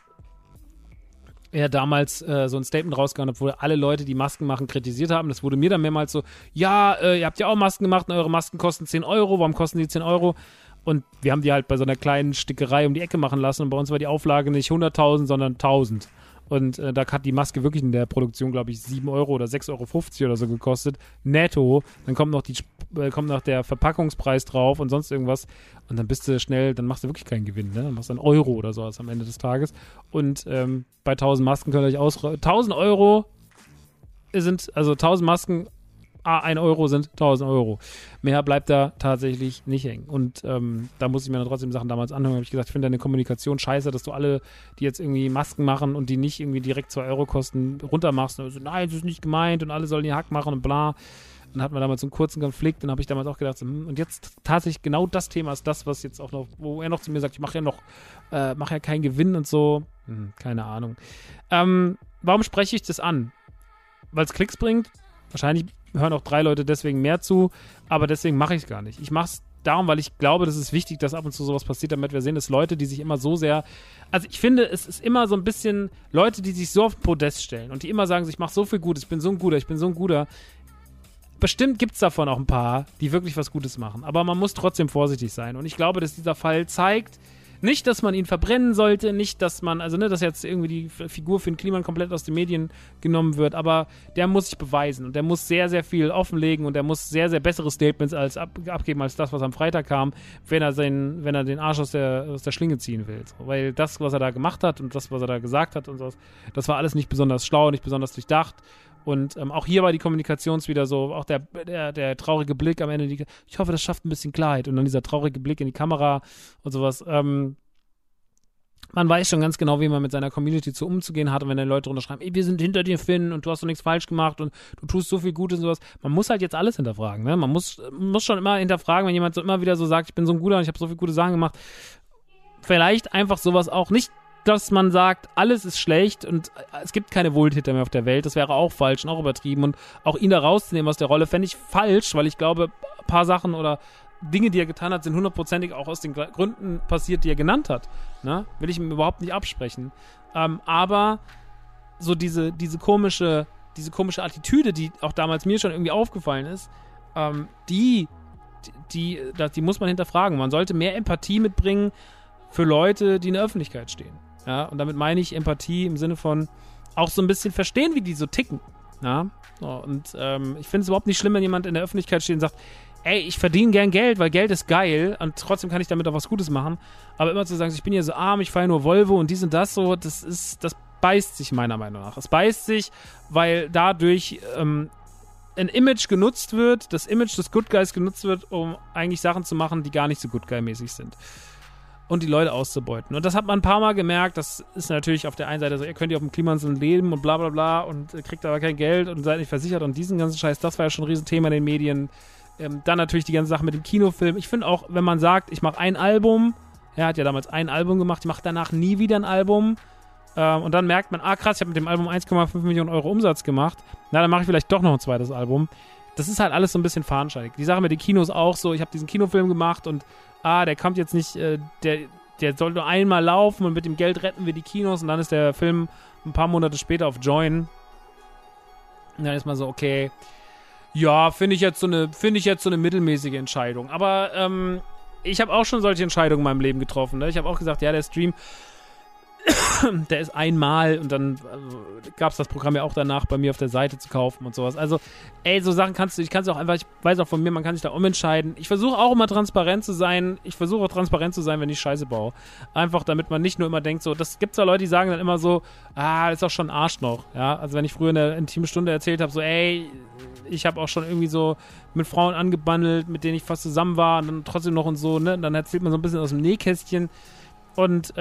er damals so ein Statement rausgehauen hat, wo alle Leute, die Masken machen, kritisiert haben. Das wurde mir dann mehrmals so, ja, ihr habt ja auch Masken gemacht und eure Masken kosten 10 Euro, warum kosten die 10 Euro? Und wir haben die halt bei so einer kleinen Stickerei um die Ecke machen lassen und bei uns war die Auflage nicht 100.000, sondern 1.000. Und da hat die Maske wirklich in der Produktion, glaube ich, 7 Euro oder 6,50 Euro oder so gekostet. Netto. Dann kommt noch die kommt noch der Verpackungspreis drauf und sonst irgendwas. Und dann bist du schnell, dann machst du wirklich keinen Gewinn, ne? Dann machst du 1 Euro oder sowas am Ende des Tages. Und bei 1000 Masken könnt ihr euch 1000 Euro sind, also 1000 Masken, 1 Euro sind 1000 Euro. Mehr bleibt da tatsächlich nicht hängen. Und da muss ich mir dann trotzdem Sachen damals anhören. Habe ich gesagt, ich finde deine Kommunikation scheiße, dass du alle, die jetzt irgendwie Masken machen und die nicht irgendwie direkt 2 Euro kosten, runtermachst. Und so, nein, das ist nicht gemeint und alle sollen den Hack machen und bla. Dann hatten wir damals so einen kurzen Konflikt. Dann habe ich damals auch gedacht, so, und jetzt tatsächlich genau das Thema ist das, was jetzt auch noch, wo er noch zu mir sagt, ich mache ja keinen Gewinn und so. Keine Ahnung. Warum spreche ich das an? Weil es Klicks bringt? Wahrscheinlich hören auch 3 Leute deswegen mehr zu, aber deswegen mache ich es gar nicht. Ich mache es darum, weil ich glaube, das ist wichtig, dass ab und zu sowas passiert, damit wir sehen, dass Leute, die sich immer so sehr, also ich finde, es ist immer so ein bisschen Leute, die sich so auf den Podest stellen und die immer sagen, ich mache so viel Gutes, ich bin so ein Guter. Bestimmt gibt es davon auch ein paar, die wirklich was Gutes machen, aber man muss trotzdem vorsichtig sein und ich glaube, dass dieser Fall zeigt, nicht, dass man ihn verbrennen sollte, nicht, dass man, also dass jetzt irgendwie die Figur für den Kliman komplett aus den Medien genommen wird, aber der muss sich beweisen und der muss sehr, sehr viel offenlegen und der muss sehr, sehr bessere Statements abgeben als das, was am Freitag kam, wenn er den Arsch aus der Schlinge ziehen will. So, weil das, was er da gemacht hat und das, was er da gesagt hat und so, das war alles nicht besonders schlau, nicht besonders durchdacht. Und auch hier war die Kommunikation wieder so, auch der traurige Blick am Ende, ich hoffe, das schafft ein bisschen Klarheit. Und dann dieser traurige Blick in die Kamera und sowas. Man weiß schon ganz genau, wie man mit seiner Community umzugehen hat. Und wenn dann Leute runterschreiben, wir sind hinter dir, Finn, und du hast doch nichts falsch gemacht und du tust so viel Gutes und sowas. Man muss halt jetzt alles hinterfragen, ne? Man muss schon immer hinterfragen, wenn jemand so immer wieder so sagt, ich bin so ein Guter und ich habe so viele gute Sachen gemacht. Vielleicht einfach sowas auch nicht, dass man sagt, alles ist schlecht und es gibt keine Wohltäter mehr auf der Welt. Das wäre auch falsch und auch übertrieben. Und auch ihn da rauszunehmen aus der Rolle, fände ich falsch, weil ich glaube, ein paar Sachen oder Dinge, die er getan hat, sind hundertprozentig auch aus den Gründen passiert, die er genannt hat. Ne? Will ich ihm überhaupt nicht absprechen. Aber so diese komische Attitüde, die auch damals mir schon irgendwie aufgefallen ist, die muss man hinterfragen. Man sollte mehr Empathie mitbringen für Leute, die in der Öffentlichkeit stehen. Ja, und damit meine ich Empathie im Sinne von auch so ein bisschen verstehen, wie die so ticken. Ja? So, und ich finde es überhaupt nicht schlimm, wenn jemand in der Öffentlichkeit steht und sagt, ey, ich verdiene gern Geld, weil Geld ist geil und trotzdem kann ich damit auch was Gutes machen. Aber immer zu sagen, ich bin hier so arm, ich fahre nur Volvo und dies und das so, das beißt sich meiner Meinung nach. Es beißt sich, weil dadurch ein Image genutzt wird, das Image des Good Guys genutzt wird, um eigentlich Sachen zu machen, die gar nicht so Good Guy-mäßig sind. Und die Leute auszubeuten. Und das hat man ein paar Mal gemerkt. Das ist natürlich auf der einen Seite so, ihr könnt ja auf dem Klimansland leben und bla bla bla und kriegt aber kein Geld und seid nicht versichert und diesen ganzen Scheiß. Das war ja schon ein Riesenthema in den Medien. Dann natürlich die ganze Sache mit dem Kinofilm. Ich finde auch, wenn man sagt, ich mache ein Album, er hat ja damals ein Album gemacht, ich mache danach nie wieder ein Album. Und dann merkt man, krass, ich habe mit dem Album 1,5 Millionen Euro Umsatz gemacht. Na, dann mache ich vielleicht doch noch ein zweites Album. Das ist halt alles so ein bisschen fadenscheinig. Die Sache mit den Kinos auch so, ich habe diesen Kinofilm gemacht und der kommt jetzt nicht, der soll nur einmal laufen und mit dem Geld retten wir die Kinos und dann ist der Film ein paar Monate später auf Join. Und dann ist man so, okay, ja, finde ich jetzt so eine mittelmäßige Entscheidung. Aber ich habe auch schon solche Entscheidungen in meinem Leben getroffen. Ne? Ich habe auch gesagt, ja, der Stream, der ist einmal und dann gab es das Programm ja auch danach bei mir auf der Seite zu kaufen und sowas. Also, so Sachen ich weiß auch von mir, man kann sich da umentscheiden. Ich versuche auch immer transparent zu sein. Ich versuche auch transparent zu sein, wenn ich Scheiße baue. Einfach, damit man nicht nur immer denkt, so, das gibt's ja Leute, die sagen dann immer so, das ist doch schon ein Arsch noch. Ja, also wenn ich früher in der intimen Stunde erzählt habe, so, ich habe auch schon irgendwie so mit Frauen angebandelt, mit denen ich fast zusammen war und dann trotzdem noch und so, ne? Und dann erzählt man so ein bisschen aus dem Nähkästchen und,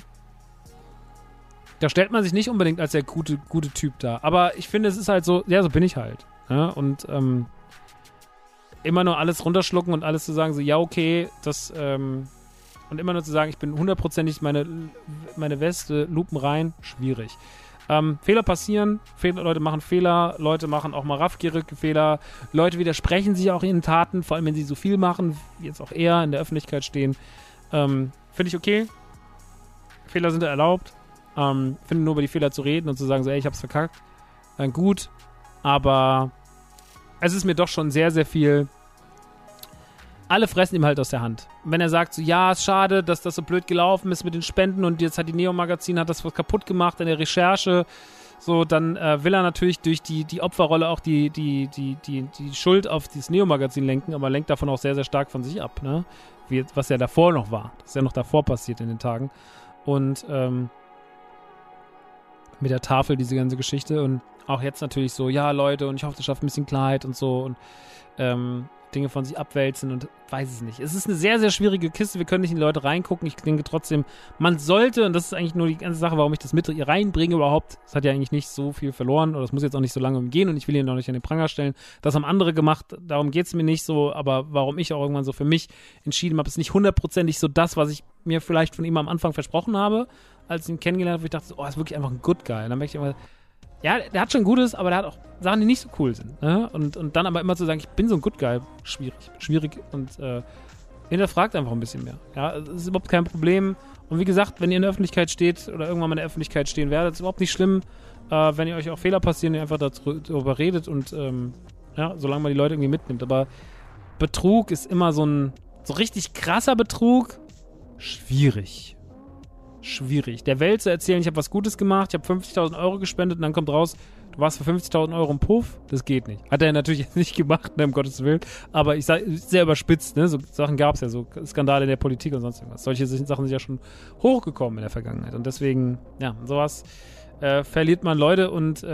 da stellt man sich nicht unbedingt als der gute Typ da. Aber ich finde, es ist halt so, ja, so bin ich halt. Ja? Und immer nur alles runterschlucken und alles zu sagen, so, ja, okay, das, und immer nur zu sagen, ich bin hundertprozentig meine Weste, lupenrein, schwierig. Fehler passieren, Leute machen Fehler, Leute machen auch mal raffgierige Fehler, Leute widersprechen sich auch ihren Taten, vor allem wenn sie so viel machen, wie jetzt auch eher in der Öffentlichkeit stehen. Finde ich okay. Fehler sind erlaubt. Finde nur über die Fehler zu reden und zu sagen, so, ich hab's verkackt. Gut, aber es ist mir doch schon sehr, sehr viel. Alle fressen ihm halt aus der Hand. Wenn er sagt, so, ja, ist schade, dass das so blöd gelaufen ist mit den Spenden und jetzt hat die Neo-Magazin hat das was kaputt gemacht in der Recherche So, dann will er natürlich durch die Opferrolle auch die Schuld auf dieses Neo-Magazin lenken, aber lenkt davon auch sehr, sehr stark von sich ab, ne? Was ja davor noch war. Das ist ja noch davor passiert in den Tagen. Und mit der Tafel diese ganze Geschichte und auch jetzt natürlich so, ja Leute, und ich hoffe, das schafft ein bisschen Klarheit und so und Dinge von sich abwälzen und weiß es nicht. Es ist eine sehr, sehr schwierige Kiste, wir können nicht in die Leute reingucken. Ich denke trotzdem, man sollte, und das ist eigentlich nur die ganze Sache, warum ich das mit reinbringe überhaupt, es hat ja eigentlich nicht so viel verloren oder es muss jetzt auch nicht so lange umgehen und ich will ihn noch nicht an den Pranger stellen. Das haben andere gemacht, darum geht es mir nicht so, aber warum ich auch irgendwann so für mich entschieden habe, ist nicht hundertprozentig so das, was ich mir vielleicht von ihm am Anfang versprochen habe, als ich ihn kennengelernt habe, wo ich dachte, oh, ist wirklich einfach ein Good Guy. Und dann merke ich immer, ja, der hat schon Gutes, aber der hat auch Sachen, die nicht so cool sind. Ne? Und dann aber immer zu sagen, ich bin so ein Good Guy, schwierig und hinterfragt einfach ein bisschen mehr. Ja, das ist überhaupt kein Problem. Und wie gesagt, wenn ihr in der Öffentlichkeit steht oder irgendwann mal in der Öffentlichkeit stehen werdet, ist überhaupt nicht schlimm, wenn ihr euch auch Fehler passieren, ihr einfach darüber redet und solange man die Leute irgendwie mitnimmt. Aber Betrug ist immer so richtig krasser Betrug, schwierig. Der Welt zu erzählen, ich habe was Gutes gemacht, ich habe 50.000 Euro gespendet und dann kommt raus, du warst für 50.000 Euro im Puff, das geht nicht. Hat er natürlich jetzt nicht gemacht, ne, um Gottes Willen, aber ich sage, sehr überspitzt, ne, so Sachen gab es ja, so Skandale in der Politik und sonst irgendwas. Solche Sachen sind ja schon hochgekommen in der Vergangenheit und deswegen, ja, sowas verliert man Leute und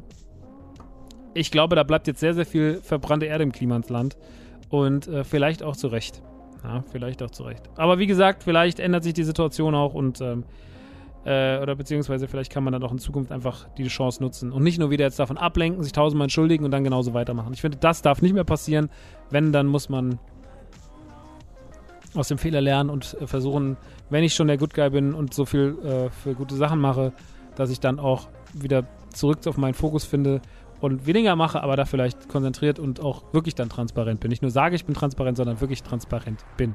ich glaube, da bleibt jetzt sehr, sehr viel verbrannte Erde im Klima ins Land und vielleicht auch zu Recht. Ja, vielleicht auch zu Recht. Aber wie gesagt, vielleicht ändert sich die Situation auch und oder beziehungsweise vielleicht kann man dann auch in Zukunft einfach die Chance nutzen und nicht nur wieder jetzt davon ablenken, sich tausendmal entschuldigen und dann genauso weitermachen. Ich finde, das darf nicht mehr passieren. Wenn, dann muss man aus dem Fehler lernen und versuchen, wenn ich schon der Good Guy bin und so viel für gute Sachen mache, dass ich dann auch wieder zurück auf meinen Fokus finde und weniger mache, aber da vielleicht konzentriert und auch wirklich dann transparent bin. Nicht nur sage, ich bin transparent, sondern wirklich transparent bin.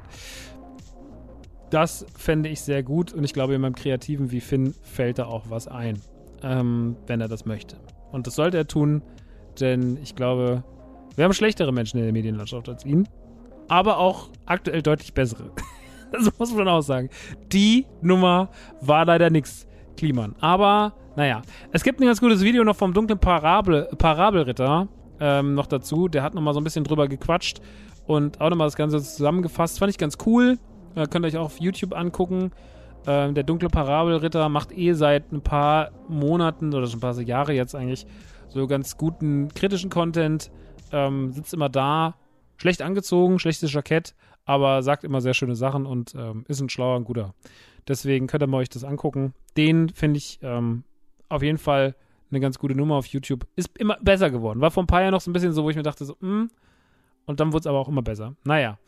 Das fände ich sehr gut und ich glaube, in meinem Kreativen wie Finn fällt da auch was ein, wenn er das möchte. Und das sollte er tun, denn ich glaube, wir haben schlechtere Menschen in der Medienlandschaft als ihn, aber auch aktuell deutlich bessere. Das muss man auch sagen. Die Nummer war leider nix, Kliman. Aber naja, es gibt ein ganz gutes Video noch vom dunklen Parabelritter noch dazu. Der hat nochmal so ein bisschen drüber gequatscht und auch nochmal das Ganze zusammengefasst. Fand ich ganz cool. Könnt ihr euch auch auf YouTube angucken. Der dunkle Parabelritter macht seit ein paar Monaten oder schon ein paar Jahre jetzt eigentlich so ganz guten kritischen Content. Sitzt immer da, schlecht angezogen, schlechtes Jackett, aber sagt immer sehr schöne Sachen und ist ein schlauer und guter. Deswegen könnt ihr mal euch das angucken. Den finde ich auf jeden Fall eine ganz gute Nummer auf YouTube. Ist immer besser geworden. War vor ein paar Jahren noch so ein bisschen so, wo ich mir dachte so, und dann wurde es aber auch immer besser. Naja.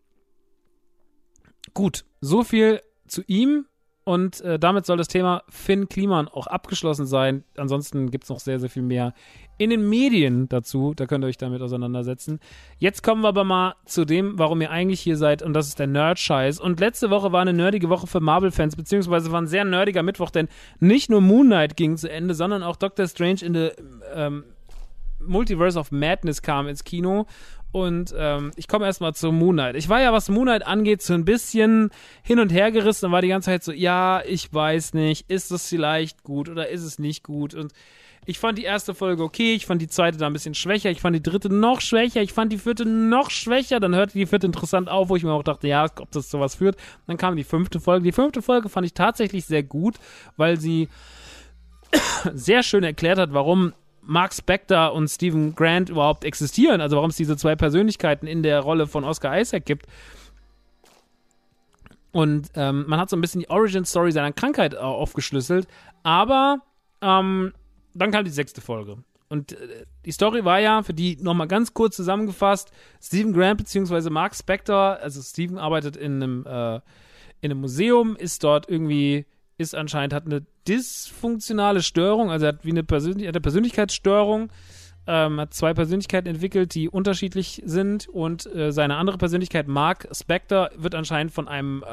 Gut, so viel zu ihm und damit soll das Thema Finn Kliman auch abgeschlossen sein. Ansonsten gibt es noch sehr, sehr viel mehr in den Medien dazu. Da könnt ihr euch damit auseinandersetzen. Jetzt kommen wir aber mal zu dem, warum ihr eigentlich hier seid und das ist der Nerd-Scheiß. Und letzte Woche war eine nerdige Woche für Marvel-Fans, beziehungsweise war ein sehr nerdiger Mittwoch, denn nicht nur Moon Knight ging zu Ende, sondern auch Doctor Strange in the Multiverse of Madness kam ins Kino. Und ich komme erstmal zu Moon Knight. Ich war ja, was Moon Knight angeht, so ein bisschen hin und her gerissen und war die ganze Zeit so, ja, ich weiß nicht, ist das vielleicht gut oder ist es nicht gut? Und ich fand die erste Folge okay, ich fand die zweite da ein bisschen schwächer, ich fand die dritte noch schwächer, ich fand die vierte noch schwächer, dann hörte die vierte interessant auf, wo ich mir auch dachte, ja, ob das zu was führt. Dann kam die fünfte Folge. Die fünfte Folge fand ich tatsächlich sehr gut, weil sie sehr schön erklärt hat, warum Mark Spector und Stephen Grant überhaupt existieren, also warum es diese zwei Persönlichkeiten in der Rolle von Oscar Isaac gibt. Und man hat so ein bisschen die Origin-Story seiner Krankheit aufgeschlüsselt, aber dann kam die 6. Folge. Und die Story war ja, für die nochmal ganz kurz zusammengefasst, Stephen Grant bzw. Mark Spector, also Stephen arbeitet in einem Museum, ist dort irgendwie, hat eine dysfunktionale Störung, also er hat eine Persönlichkeitsstörung, hat zwei Persönlichkeiten entwickelt, die unterschiedlich sind und seine andere Persönlichkeit, Mark Spector, wird anscheinend von einem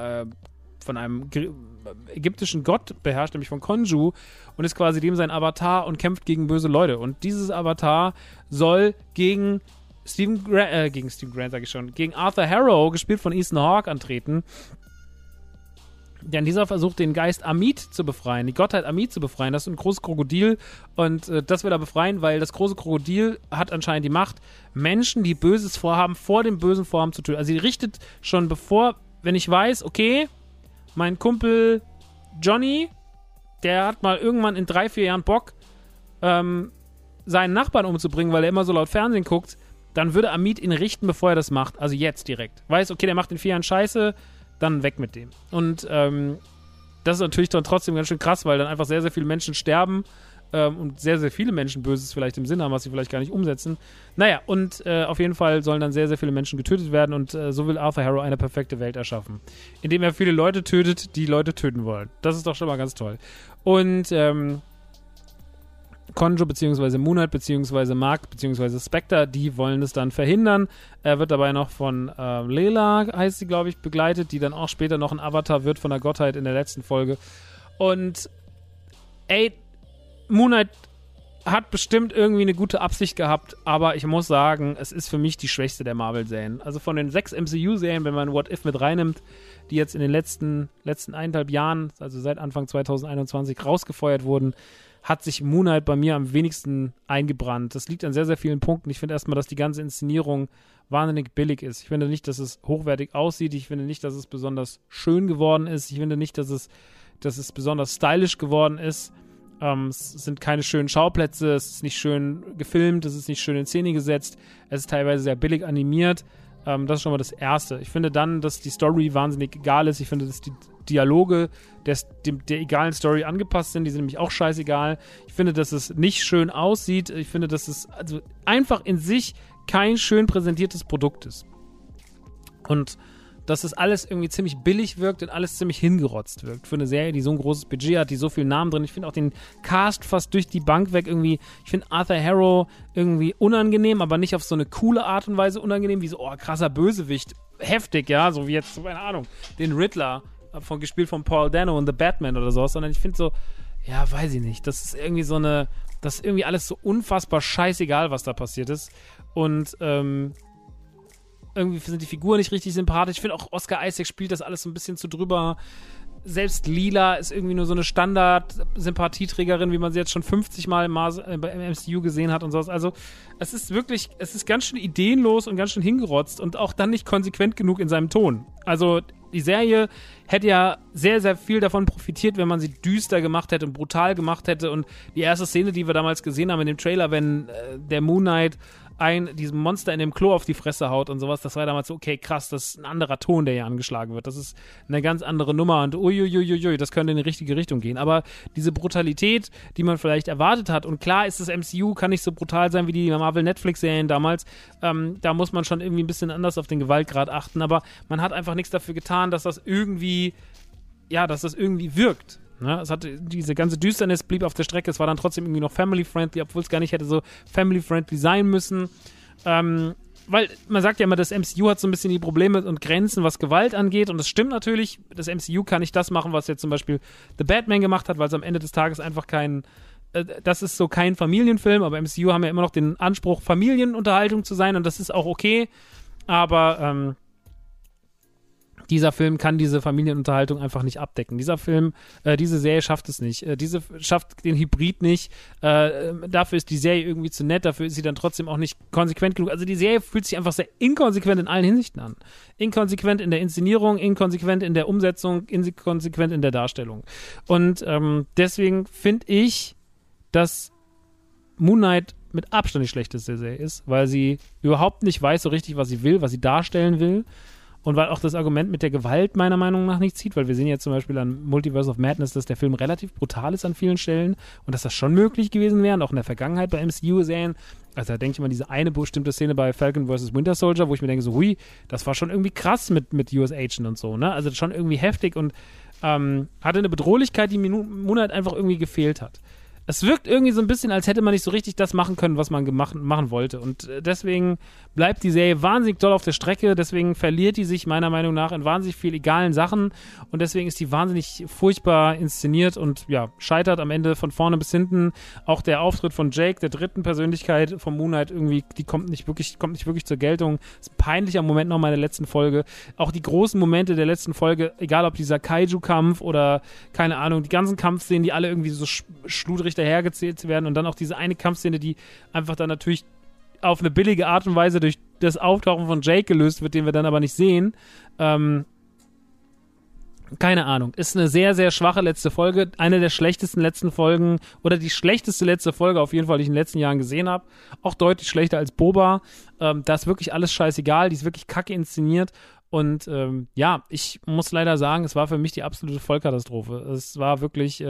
ägyptischen Gott beherrscht, nämlich von Khonshu, und ist quasi dem sein Avatar und kämpft gegen böse Leute. Und dieses Avatar soll gegen gegen Arthur Harrow, gespielt von Ethan Hawke, antreten. Denn dieser versucht, den Geist Amit zu befreien, die Gottheit Amit zu befreien. Das ist ein großes Krokodil und das will er befreien, weil das große Krokodil hat anscheinend die Macht, Menschen, die Böses vorhaben, vor dem bösen Vorhaben zu töten. Also sie richtet schon bevor, wenn ich weiß, okay, mein Kumpel Johnny, der hat mal irgendwann in 3-4 Jahren Bock, seinen Nachbarn umzubringen, weil er immer so laut Fernsehen guckt, dann würde Amit ihn richten, bevor er das macht. Also jetzt direkt. Weiß, okay, der macht in 4 Jahren Scheiße, dann weg mit dem. Und das ist natürlich dann trotzdem ganz schön krass, weil dann einfach sehr, sehr viele Menschen sterben und sehr, sehr viele Menschen Böses vielleicht im Sinn haben, was sie vielleicht gar nicht umsetzen. Naja, und auf jeden Fall sollen dann sehr, sehr viele Menschen getötet werden und so will Arthur Harrow eine perfekte Welt erschaffen, indem er viele Leute tötet, die Leute töten wollen. Das ist doch schon mal ganz toll. Und Konjo bzw. Moon Knight bzw. Mark bzw. Spectre, die wollen es dann verhindern. Er wird dabei noch von Lela, heißt sie, glaube ich, begleitet, die dann auch später noch ein Avatar wird von der Gottheit in der letzten Folge. Und Moon Knight hat bestimmt irgendwie eine gute Absicht gehabt, aber ich muss sagen, es ist für mich die schwächste der Marvel-Serien. Also von den 6 MCU-Serien, wenn man What If mit reinnimmt, die jetzt in den letzten 1,5 Jahren, also seit Anfang 2021 rausgefeuert wurden, hat sich Moon Knight bei mir am wenigsten eingebrannt. Das liegt an sehr, sehr vielen Punkten. Ich finde erstmal, dass die ganze Inszenierung wahnsinnig billig ist. Ich finde nicht, dass es hochwertig aussieht. Ich finde nicht, dass es besonders schön geworden ist. Ich finde nicht, dass es besonders stylisch geworden ist. Es sind keine schönen Schauplätze, es ist nicht schön gefilmt, es ist nicht schön in Szene gesetzt, es ist teilweise sehr billig animiert. Das ist schon mal das Erste. Ich finde dann, dass die Story wahnsinnig egal ist. Ich finde, dass die Dialoge der egalen Story angepasst sind. Die sind nämlich auch scheißegal. Ich finde, dass es nicht schön aussieht. Ich finde, dass es also einfach in sich kein schön präsentiertes Produkt ist. Und dass es alles irgendwie ziemlich billig wirkt und alles ziemlich hingerotzt wirkt. Für eine Serie, die so ein großes Budget hat, die so viele Namen drin. Ich finde auch den Cast fast durch die Bank weg irgendwie. Ich finde Arthur Harrow irgendwie unangenehm, aber nicht auf so eine coole Art und Weise unangenehm, wie so, oh, krasser Bösewicht. Heftig, ja, so wie jetzt, keine Ahnung, den Riddler, gespielt von Paul Dano in The Batman oder sowas, sondern ich finde so, ja, weiß ich nicht, das ist irgendwie das ist irgendwie alles so unfassbar scheißegal, was da passiert ist. Und, irgendwie sind die Figuren nicht richtig sympathisch. Ich finde auch, Oscar Isaac spielt das alles so ein bisschen zu drüber. Selbst Lila ist irgendwie nur so eine Standard-Sympathieträgerin, wie man sie jetzt schon 50 Mal im MCU gesehen hat und sowas. Also, es ist ganz schön ideenlos und ganz schön hingerotzt und auch dann nicht konsequent genug in seinem Ton. Also, die Serie hätte ja sehr, sehr viel davon profitiert, wenn man sie düster gemacht hätte und brutal gemacht hätte. Und die erste Szene, die wir damals gesehen haben in dem Trailer, wenn der Moon Knight diesem Monster in dem Klo auf die Fresse haut und sowas, das war damals so, okay, krass, das ist ein anderer Ton, der hier angeschlagen wird. Das ist eine ganz andere Nummer und uiuiuiui, das könnte in die richtige Richtung gehen. Aber diese Brutalität, die man vielleicht erwartet hat, und klar ist das MCU, kann nicht so brutal sein wie die Marvel-Netflix-Serien damals, da muss man schon irgendwie ein bisschen anders auf den Gewaltgrad achten, aber man hat einfach nichts dafür getan, dass das irgendwie wirkt. Ne? Es hatte diese ganze Düsternis blieb auf der Strecke, es war dann trotzdem irgendwie noch family-friendly, obwohl es gar nicht hätte so family-friendly sein müssen. Weil man sagt ja immer, das MCU hat so ein bisschen die Probleme und Grenzen, was Gewalt angeht, und das stimmt natürlich, das MCU kann nicht das machen, was jetzt zum Beispiel The Batman gemacht hat, weil es am Ende des Tages einfach das ist so kein Familienfilm, aber MCU haben ja immer noch den Anspruch, Familienunterhaltung zu sein, und das ist auch okay, aber dieser Film kann diese Familienunterhaltung einfach nicht abdecken. Diese Serie schafft es nicht. Diese schafft den Hybrid nicht. Dafür ist die Serie irgendwie zu nett, dafür ist sie dann trotzdem auch nicht konsequent genug. Also die Serie fühlt sich einfach sehr inkonsequent in allen Hinsichten an. Inkonsequent in der Inszenierung, inkonsequent in der Umsetzung, inkonsequent in der Darstellung. Und deswegen finde ich, dass Moon Knight mit Abstand die schlechteste Serie ist, weil sie überhaupt nicht weiß so richtig, was sie will, was sie darstellen will. Und weil auch das Argument mit der Gewalt meiner Meinung nach nicht zieht, weil wir sehen jetzt zum Beispiel an Multiverse of Madness, dass der Film relativ brutal ist an vielen Stellen und dass das schon möglich gewesen wäre, und auch in der Vergangenheit bei MCU-Serien. Also da denke ich mal, diese eine bestimmte Szene bei Falcon vs. Winter Soldier, wo ich mir denke so, hui, das war schon irgendwie krass mit US Agent und so, ne? Also schon irgendwie heftig und hatte eine Bedrohlichkeit, die Moon Knight einfach irgendwie gefehlt hat. es wirkt irgendwie so ein bisschen, als hätte man nicht so richtig das machen können, was man machen wollte. Und deswegen bleibt die Serie wahnsinnig doll auf der Strecke. Deswegen verliert die sich meiner Meinung nach in wahnsinnig viel egalen Sachen. Und deswegen ist die wahnsinnig furchtbar inszeniert und ja, scheitert am Ende von vorne bis hinten. Auch der Auftritt von Jake, der dritten Persönlichkeit von Moon Knight, irgendwie, die kommt nicht wirklich zur Geltung. Ist ein peinlicher Moment noch mal in der letzten Folge. Auch die großen Momente der letzten Folge, egal ob dieser Kaiju-Kampf oder, keine Ahnung, die ganzen Kampfszenen, die alle irgendwie so schludrig dahergezählt werden und dann auch diese eine Kampfszene, die einfach dann natürlich auf eine billige Art und Weise durch das Auftauchen von Jake gelöst wird, den wir dann aber nicht sehen. Keine Ahnung. Ist eine sehr, sehr schwache letzte Folge. Eine der schlechtesten letzten Folgen oder die schlechteste letzte Folge auf jeden Fall, die ich in den letzten Jahren gesehen habe. Auch deutlich schlechter als Boba. Da ist wirklich alles scheißegal. Die ist wirklich kacke inszeniert. Und ich muss leider sagen, es war für mich die absolute Vollkatastrophe. Es war wirklich,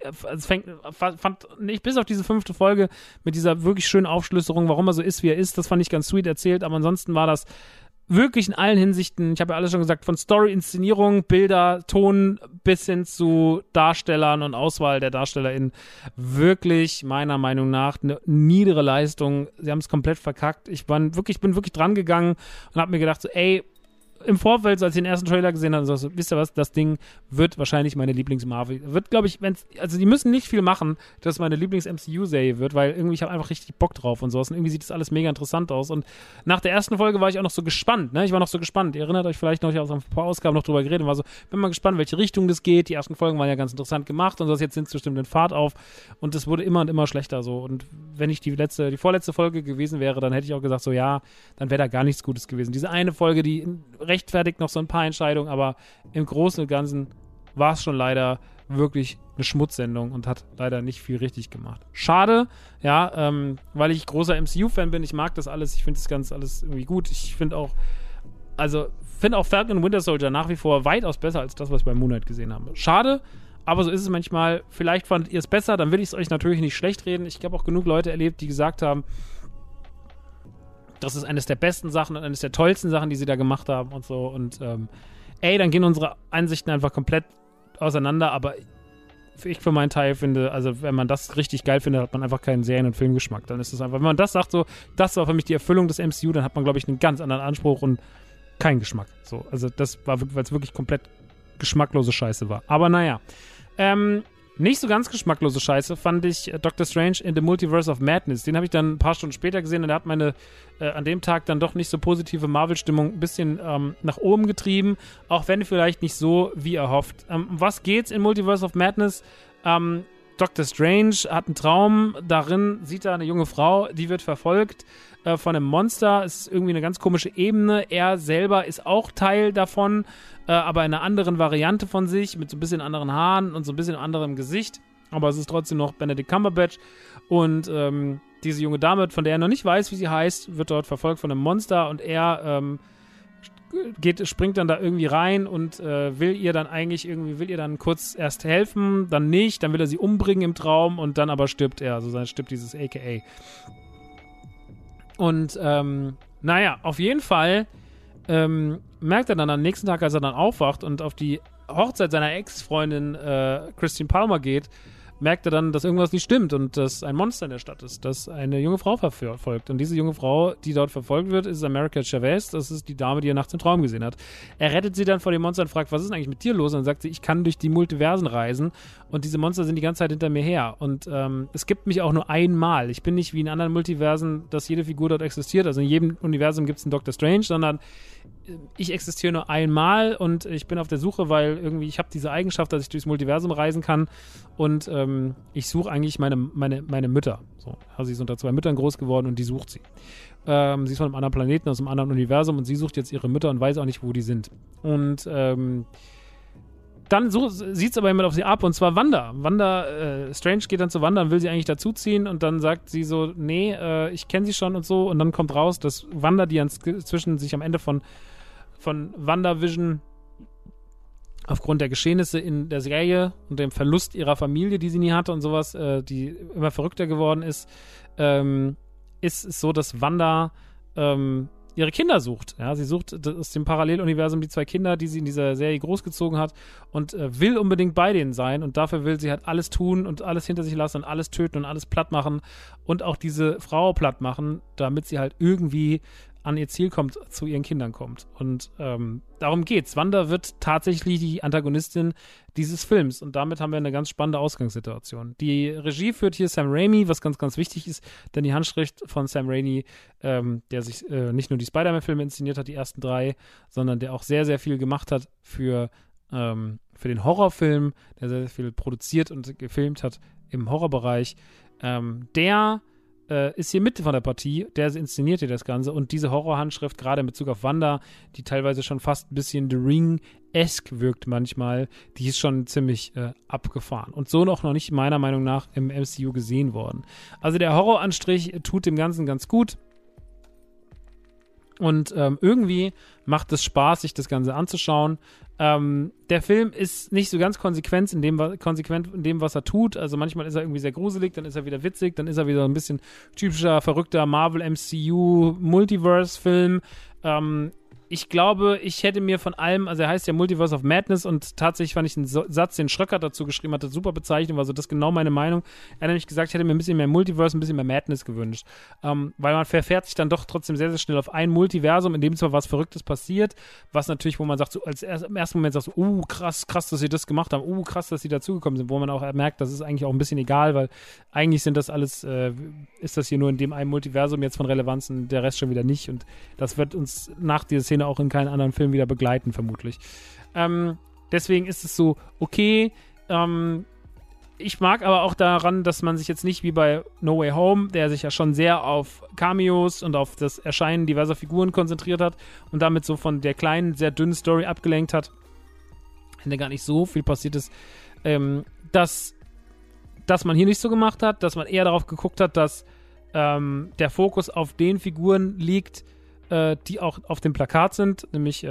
fand nicht bis auf diese 5. Folge mit dieser wirklich schönen Aufschlüsselung, warum er so ist, wie er ist, das fand ich ganz sweet erzählt, aber ansonsten war das wirklich in allen Hinsichten, ich habe ja alles schon gesagt, von Story, Inszenierung, Bilder, Ton bis hin zu Darstellern und Auswahl der DarstellerInnen wirklich meiner Meinung nach eine niedere Leistung. Sie haben es komplett verkackt. Ich bin wirklich dran gegangen und habe mir gedacht, so, ey, im Vorfeld, als ich den ersten Trailer gesehen habe, so, wisst ihr was, das Ding wird wahrscheinlich meine Lieblings-Marvel, wird, glaube ich, also die müssen nicht viel machen, dass es meine Lieblings-MCU-Serie wird, weil irgendwie ich habe einfach richtig Bock drauf und sowas und irgendwie sieht das alles mega interessant aus und nach der ersten Folge war ich auch noch so gespannt, ne, ihr erinnert euch vielleicht noch, ich habe auf ein paar Ausgaben noch drüber geredet und war so, bin mal gespannt, welche Richtung das geht, die ersten Folgen waren ja ganz interessant gemacht und sowas, jetzt sind es bestimmt in Fahrt auf und es wurde immer und immer schlechter so und wenn ich die vorletzte Folge gewesen wäre, dann hätte ich auch gesagt, so ja, dann wäre da gar nichts Gutes gewesen. Diese eine Folge, die rechtfertigt noch so ein paar Entscheidungen, aber im Großen und Ganzen war es schon leider wirklich eine Schmutzsendung und hat leider nicht viel richtig gemacht. Schade, ja, weil ich großer MCU-Fan bin, ich mag das alles, ich finde das ganz alles irgendwie gut. Ich finde auch Falcon und Winter Soldier nach wie vor weitaus besser als das, was ich bei Moon Knight gesehen habe. Schade, aber so ist es manchmal. Vielleicht fandet ihr es besser, dann will ich es euch natürlich nicht schlecht reden. Ich habe auch genug Leute erlebt, die gesagt haben, das ist eines der besten Sachen und eines der tollsten Sachen, die sie da gemacht haben und so. Und dann gehen unsere Ansichten einfach komplett auseinander. Aber ich für meinen Teil finde, also wenn man das richtig geil findet, hat man einfach keinen Serien- und Filmgeschmack. Dann ist es einfach, wenn man das sagt, so, das war für mich die Erfüllung des MCU, dann hat man, glaube ich, einen ganz anderen Anspruch und keinen Geschmack. So, also das war, weil es wirklich komplett geschmacklose Scheiße war. Aber naja. Nicht so ganz geschmacklose Scheiße fand ich Doctor Strange in the Multiverse of Madness. Den habe ich dann ein paar Stunden später gesehen und der hat meine an dem Tag dann doch nicht so positive Marvel-Stimmung ein bisschen nach oben getrieben, auch wenn vielleicht nicht so, wie erhofft. Was geht's in Multiverse of Madness? Doctor Strange hat einen Traum, darin sieht er eine junge Frau, die wird verfolgt von einem Monster. Es ist irgendwie eine ganz komische Ebene. Er selber ist auch Teil davon, aber in einer anderen Variante von sich, mit so ein bisschen anderen Haaren und so ein bisschen anderem Gesicht. Aber es ist trotzdem noch Benedict Cumberbatch. Und diese junge Dame, von der er noch nicht weiß, wie sie heißt, wird dort verfolgt von einem Monster und er springt dann da irgendwie rein und will ihr dann kurz erst helfen, dann nicht, dann will er sie umbringen im Traum und dann aber stirbt er. Also dann stirbt dieses AKA. Und auf jeden Fall merkt er dann am nächsten Tag, als er dann aufwacht und auf die Hochzeit seiner Ex-Freundin Christine Palmer geht, merkt er dann, dass irgendwas nicht stimmt und dass ein Monster in der Stadt ist, das eine junge Frau verfolgt. Und diese junge Frau, die dort verfolgt wird, ist America Chavez. Das ist die Dame, die er nachts im Traum gesehen hat. Er rettet sie dann vor dem Monster und fragt, was ist denn eigentlich mit dir los? Und dann sagt sie, ich kann durch die Multiversen reisen und diese Monster sind die ganze Zeit hinter mir her. Und es gibt mich auch nur einmal. Ich bin nicht wie in anderen Multiversen, dass jede Figur dort existiert. Also in jedem Universum gibt es einen Doctor Strange, sondern ich existiere nur einmal und ich bin auf der Suche, weil irgendwie ich habe diese Eigenschaft, dass ich durchs Multiversum reisen kann und ich suche eigentlich meine Mütter. So, also sie ist unter 2 Müttern groß geworden und die sucht sie. Sie ist von einem anderen Planeten, aus einem anderen Universum und sie sucht jetzt ihre Mütter und weiß auch nicht, wo die sind. Und dann sieht es aber jemand auf sie ab und zwar Wanda. Strange geht dann zu Wanda und will sie eigentlich dazuziehen und dann sagt sie so, nee, ich kenne sie schon und so und dann kommt raus, dass Wanda, die inzwischen sich am Ende von WandaVision aufgrund der Geschehnisse in der Serie und dem Verlust ihrer Familie, die sie nie hatte und sowas, die immer verrückter geworden ist, ist es so, dass Wanda ihre Kinder sucht. Ja, sie sucht aus dem Paralleluniversum die 2 Kinder, die sie in dieser Serie großgezogen hat und will unbedingt bei denen sein und dafür will sie halt alles tun und alles hinter sich lassen und alles töten und alles platt machen und auch diese Frau platt machen, damit sie halt irgendwie an ihr Ziel kommt, zu ihren Kindern kommt. Und darum geht's. Wanda wird tatsächlich die Antagonistin dieses Films und damit haben wir eine ganz spannende Ausgangssituation. Die Regie führt hier Sam Raimi, was ganz, ganz wichtig ist, denn die Handschrift von Sam Raimi, der sich nicht nur die Spider-Man-Filme inszeniert hat, die ersten 3, sondern der auch sehr, sehr viel gemacht hat für den Horrorfilm, der sehr, sehr viel produziert und gefilmt hat im Horrorbereich, der ist hier mit von der Partie, der inszeniert hier das Ganze und diese Horrorhandschrift, gerade in Bezug auf Wanda, die teilweise schon fast ein bisschen The Ring-esque wirkt manchmal, die ist schon ziemlich abgefahren und so noch nicht meiner Meinung nach im MCU gesehen worden. Also der Horroranstrich tut dem Ganzen ganz gut und irgendwie macht es Spaß, sich das Ganze anzuschauen. Der Film ist nicht so ganz konsequent in dem, was er tut. Also manchmal ist er irgendwie sehr gruselig, dann ist er wieder witzig, dann ist er wieder ein bisschen typischer, verrückter Marvel-MCU-Multiverse-Film. Ich glaube, ich hätte mir von allem, also er heißt ja Multiverse of Madness und tatsächlich fand ich einen Satz, den Schröcker dazu geschrieben hatte, super Bezeichnung, also das ist genau meine Meinung. Er hat nämlich gesagt, ich hätte mir ein bisschen mehr Multiverse, ein bisschen mehr Madness gewünscht. Weil man verfährt sich dann doch trotzdem sehr, sehr schnell auf ein Multiversum, in dem zwar was Verrücktes passiert, was natürlich, wo man sagt, so im ersten Moment sagt so, krass, dass sie das gemacht haben, krass, dass sie dazugekommen sind, wo man auch merkt, das ist eigentlich auch ein bisschen egal, weil eigentlich sind das alles, ist das hier nur in dem einen Multiversum jetzt von Relevanz und der Rest schon wieder nicht und das wird uns nach dieser Szene auch in keinen anderen Film wieder begleiten, vermutlich. Deswegen ist es so okay. Ich mag aber auch daran, dass man sich jetzt nicht wie bei No Way Home, der sich ja schon sehr auf Cameos und auf das Erscheinen diverser Figuren konzentriert hat und damit so von der kleinen, sehr dünnen Story abgelenkt hat, wenn da gar nicht so viel passiert ist, dass man hier nicht so gemacht hat, dass man eher darauf geguckt hat, dass der Fokus auf den Figuren liegt, die auch auf dem Plakat sind, nämlich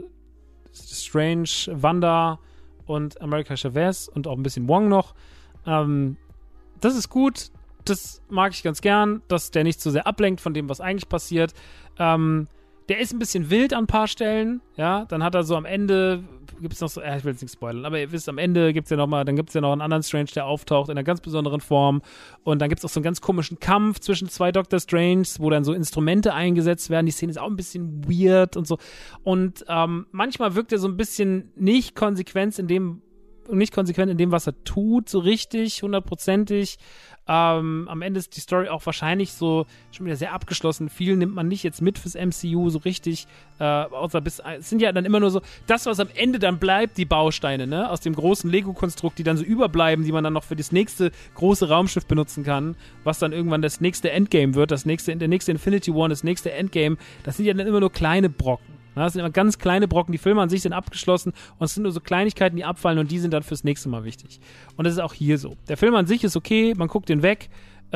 Strange, Wanda und America Chavez und auch ein bisschen Wong noch. Das ist gut, das mag ich ganz gern, dass der nicht so sehr ablenkt von dem, was eigentlich passiert. Der ist ein bisschen wild an ein paar Stellen, ja, dann hat er so am Ende, gibt es noch so, ich will jetzt nicht spoilern, aber ihr wisst, am Ende gibt es ja noch mal, dann gibt es ja noch einen anderen Strange, der auftaucht in einer ganz besonderen Form und dann gibt es auch so einen ganz komischen Kampf zwischen 2 Doctor Stranges, wo dann so Instrumente eingesetzt werden, die Szene ist auch ein bisschen weird und so und manchmal wirkt er so ein bisschen nicht konsequent in dem, was er tut, so richtig, 100%ig. Am Ende ist die Story auch wahrscheinlich so schon wieder sehr abgeschlossen. Viel nimmt man nicht jetzt mit fürs MCU so richtig, außer es sind ja dann immer nur so, das, was am Ende dann bleibt, die Bausteine, ne, aus dem großen Lego-Konstrukt, die dann so überbleiben, die man dann noch für das nächste große Raumschiff benutzen kann, was dann irgendwann das nächste Endgame wird, der nächste Infinity War, das nächste Endgame, das sind ja dann immer nur kleine Brocken. Das sind immer ganz kleine Brocken, die Filme an sich sind abgeschlossen und es sind nur so Kleinigkeiten, die abfallen und die sind dann fürs nächste Mal wichtig. Und das ist auch hier so. Der Film an sich ist okay, man guckt den weg.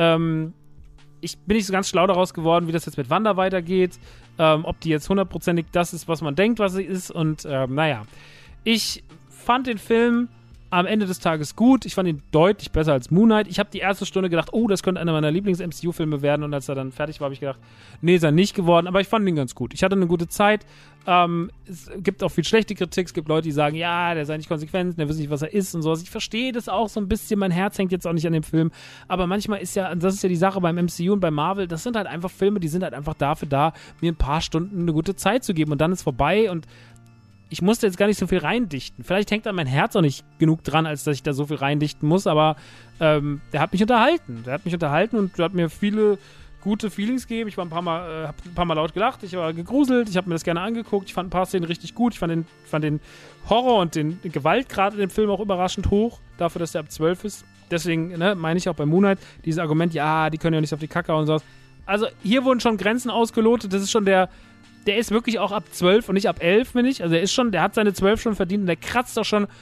Ich bin nicht so ganz schlau daraus geworden, wie das jetzt mit Wanda weitergeht, ob die jetzt 100%ig das ist, was man denkt, was sie ist und naja. Ich fand den Film am Ende des Tages gut. Ich fand ihn deutlich besser als Moon Knight. Ich habe die erste Stunde gedacht, das könnte einer meiner Lieblings-MCU-Filme werden. Und als er dann fertig war, habe ich gedacht, nee, ist er nicht geworden. Aber ich fand ihn ganz gut. Ich hatte eine gute Zeit. Es gibt auch viel schlechte Kritik. Es gibt Leute, die sagen, ja, der sei nicht konsequent, der weiß nicht, was er ist und sowas. Ich verstehe das auch so ein bisschen. Mein Herz hängt jetzt auch nicht an dem Film. Aber manchmal ist ja, das ist ja die Sache beim MCU und bei Marvel, das sind halt einfach Filme, die sind halt einfach dafür da, mir ein paar Stunden eine gute Zeit zu geben. Und dann ist vorbei und ich musste jetzt gar nicht so viel reindichten. Vielleicht hängt da mein Herz auch nicht genug dran, als dass ich da so viel reindichten muss, aber der hat mich unterhalten. Der hat mich unterhalten und hat mir viele gute Feelings gegeben. Ich war hab ein paar Mal laut gelacht, ich war gegruselt, ich habe mir das gerne angeguckt, ich fand ein paar Szenen richtig gut, ich fand den Horror und den Gewaltgrad in dem Film auch überraschend hoch, dafür, dass der ab 12 ist. Deswegen meine ich auch bei Moon Knight, dieses Argument, ja, die können ja nicht auf die Kacke und sowas. Also hier wurden schon Grenzen ausgelotet, das ist schon der ist wirklich auch ab 12 und nicht ab 11, finde ich. Also der hat seine 12 schon verdient und der kratzt auch schon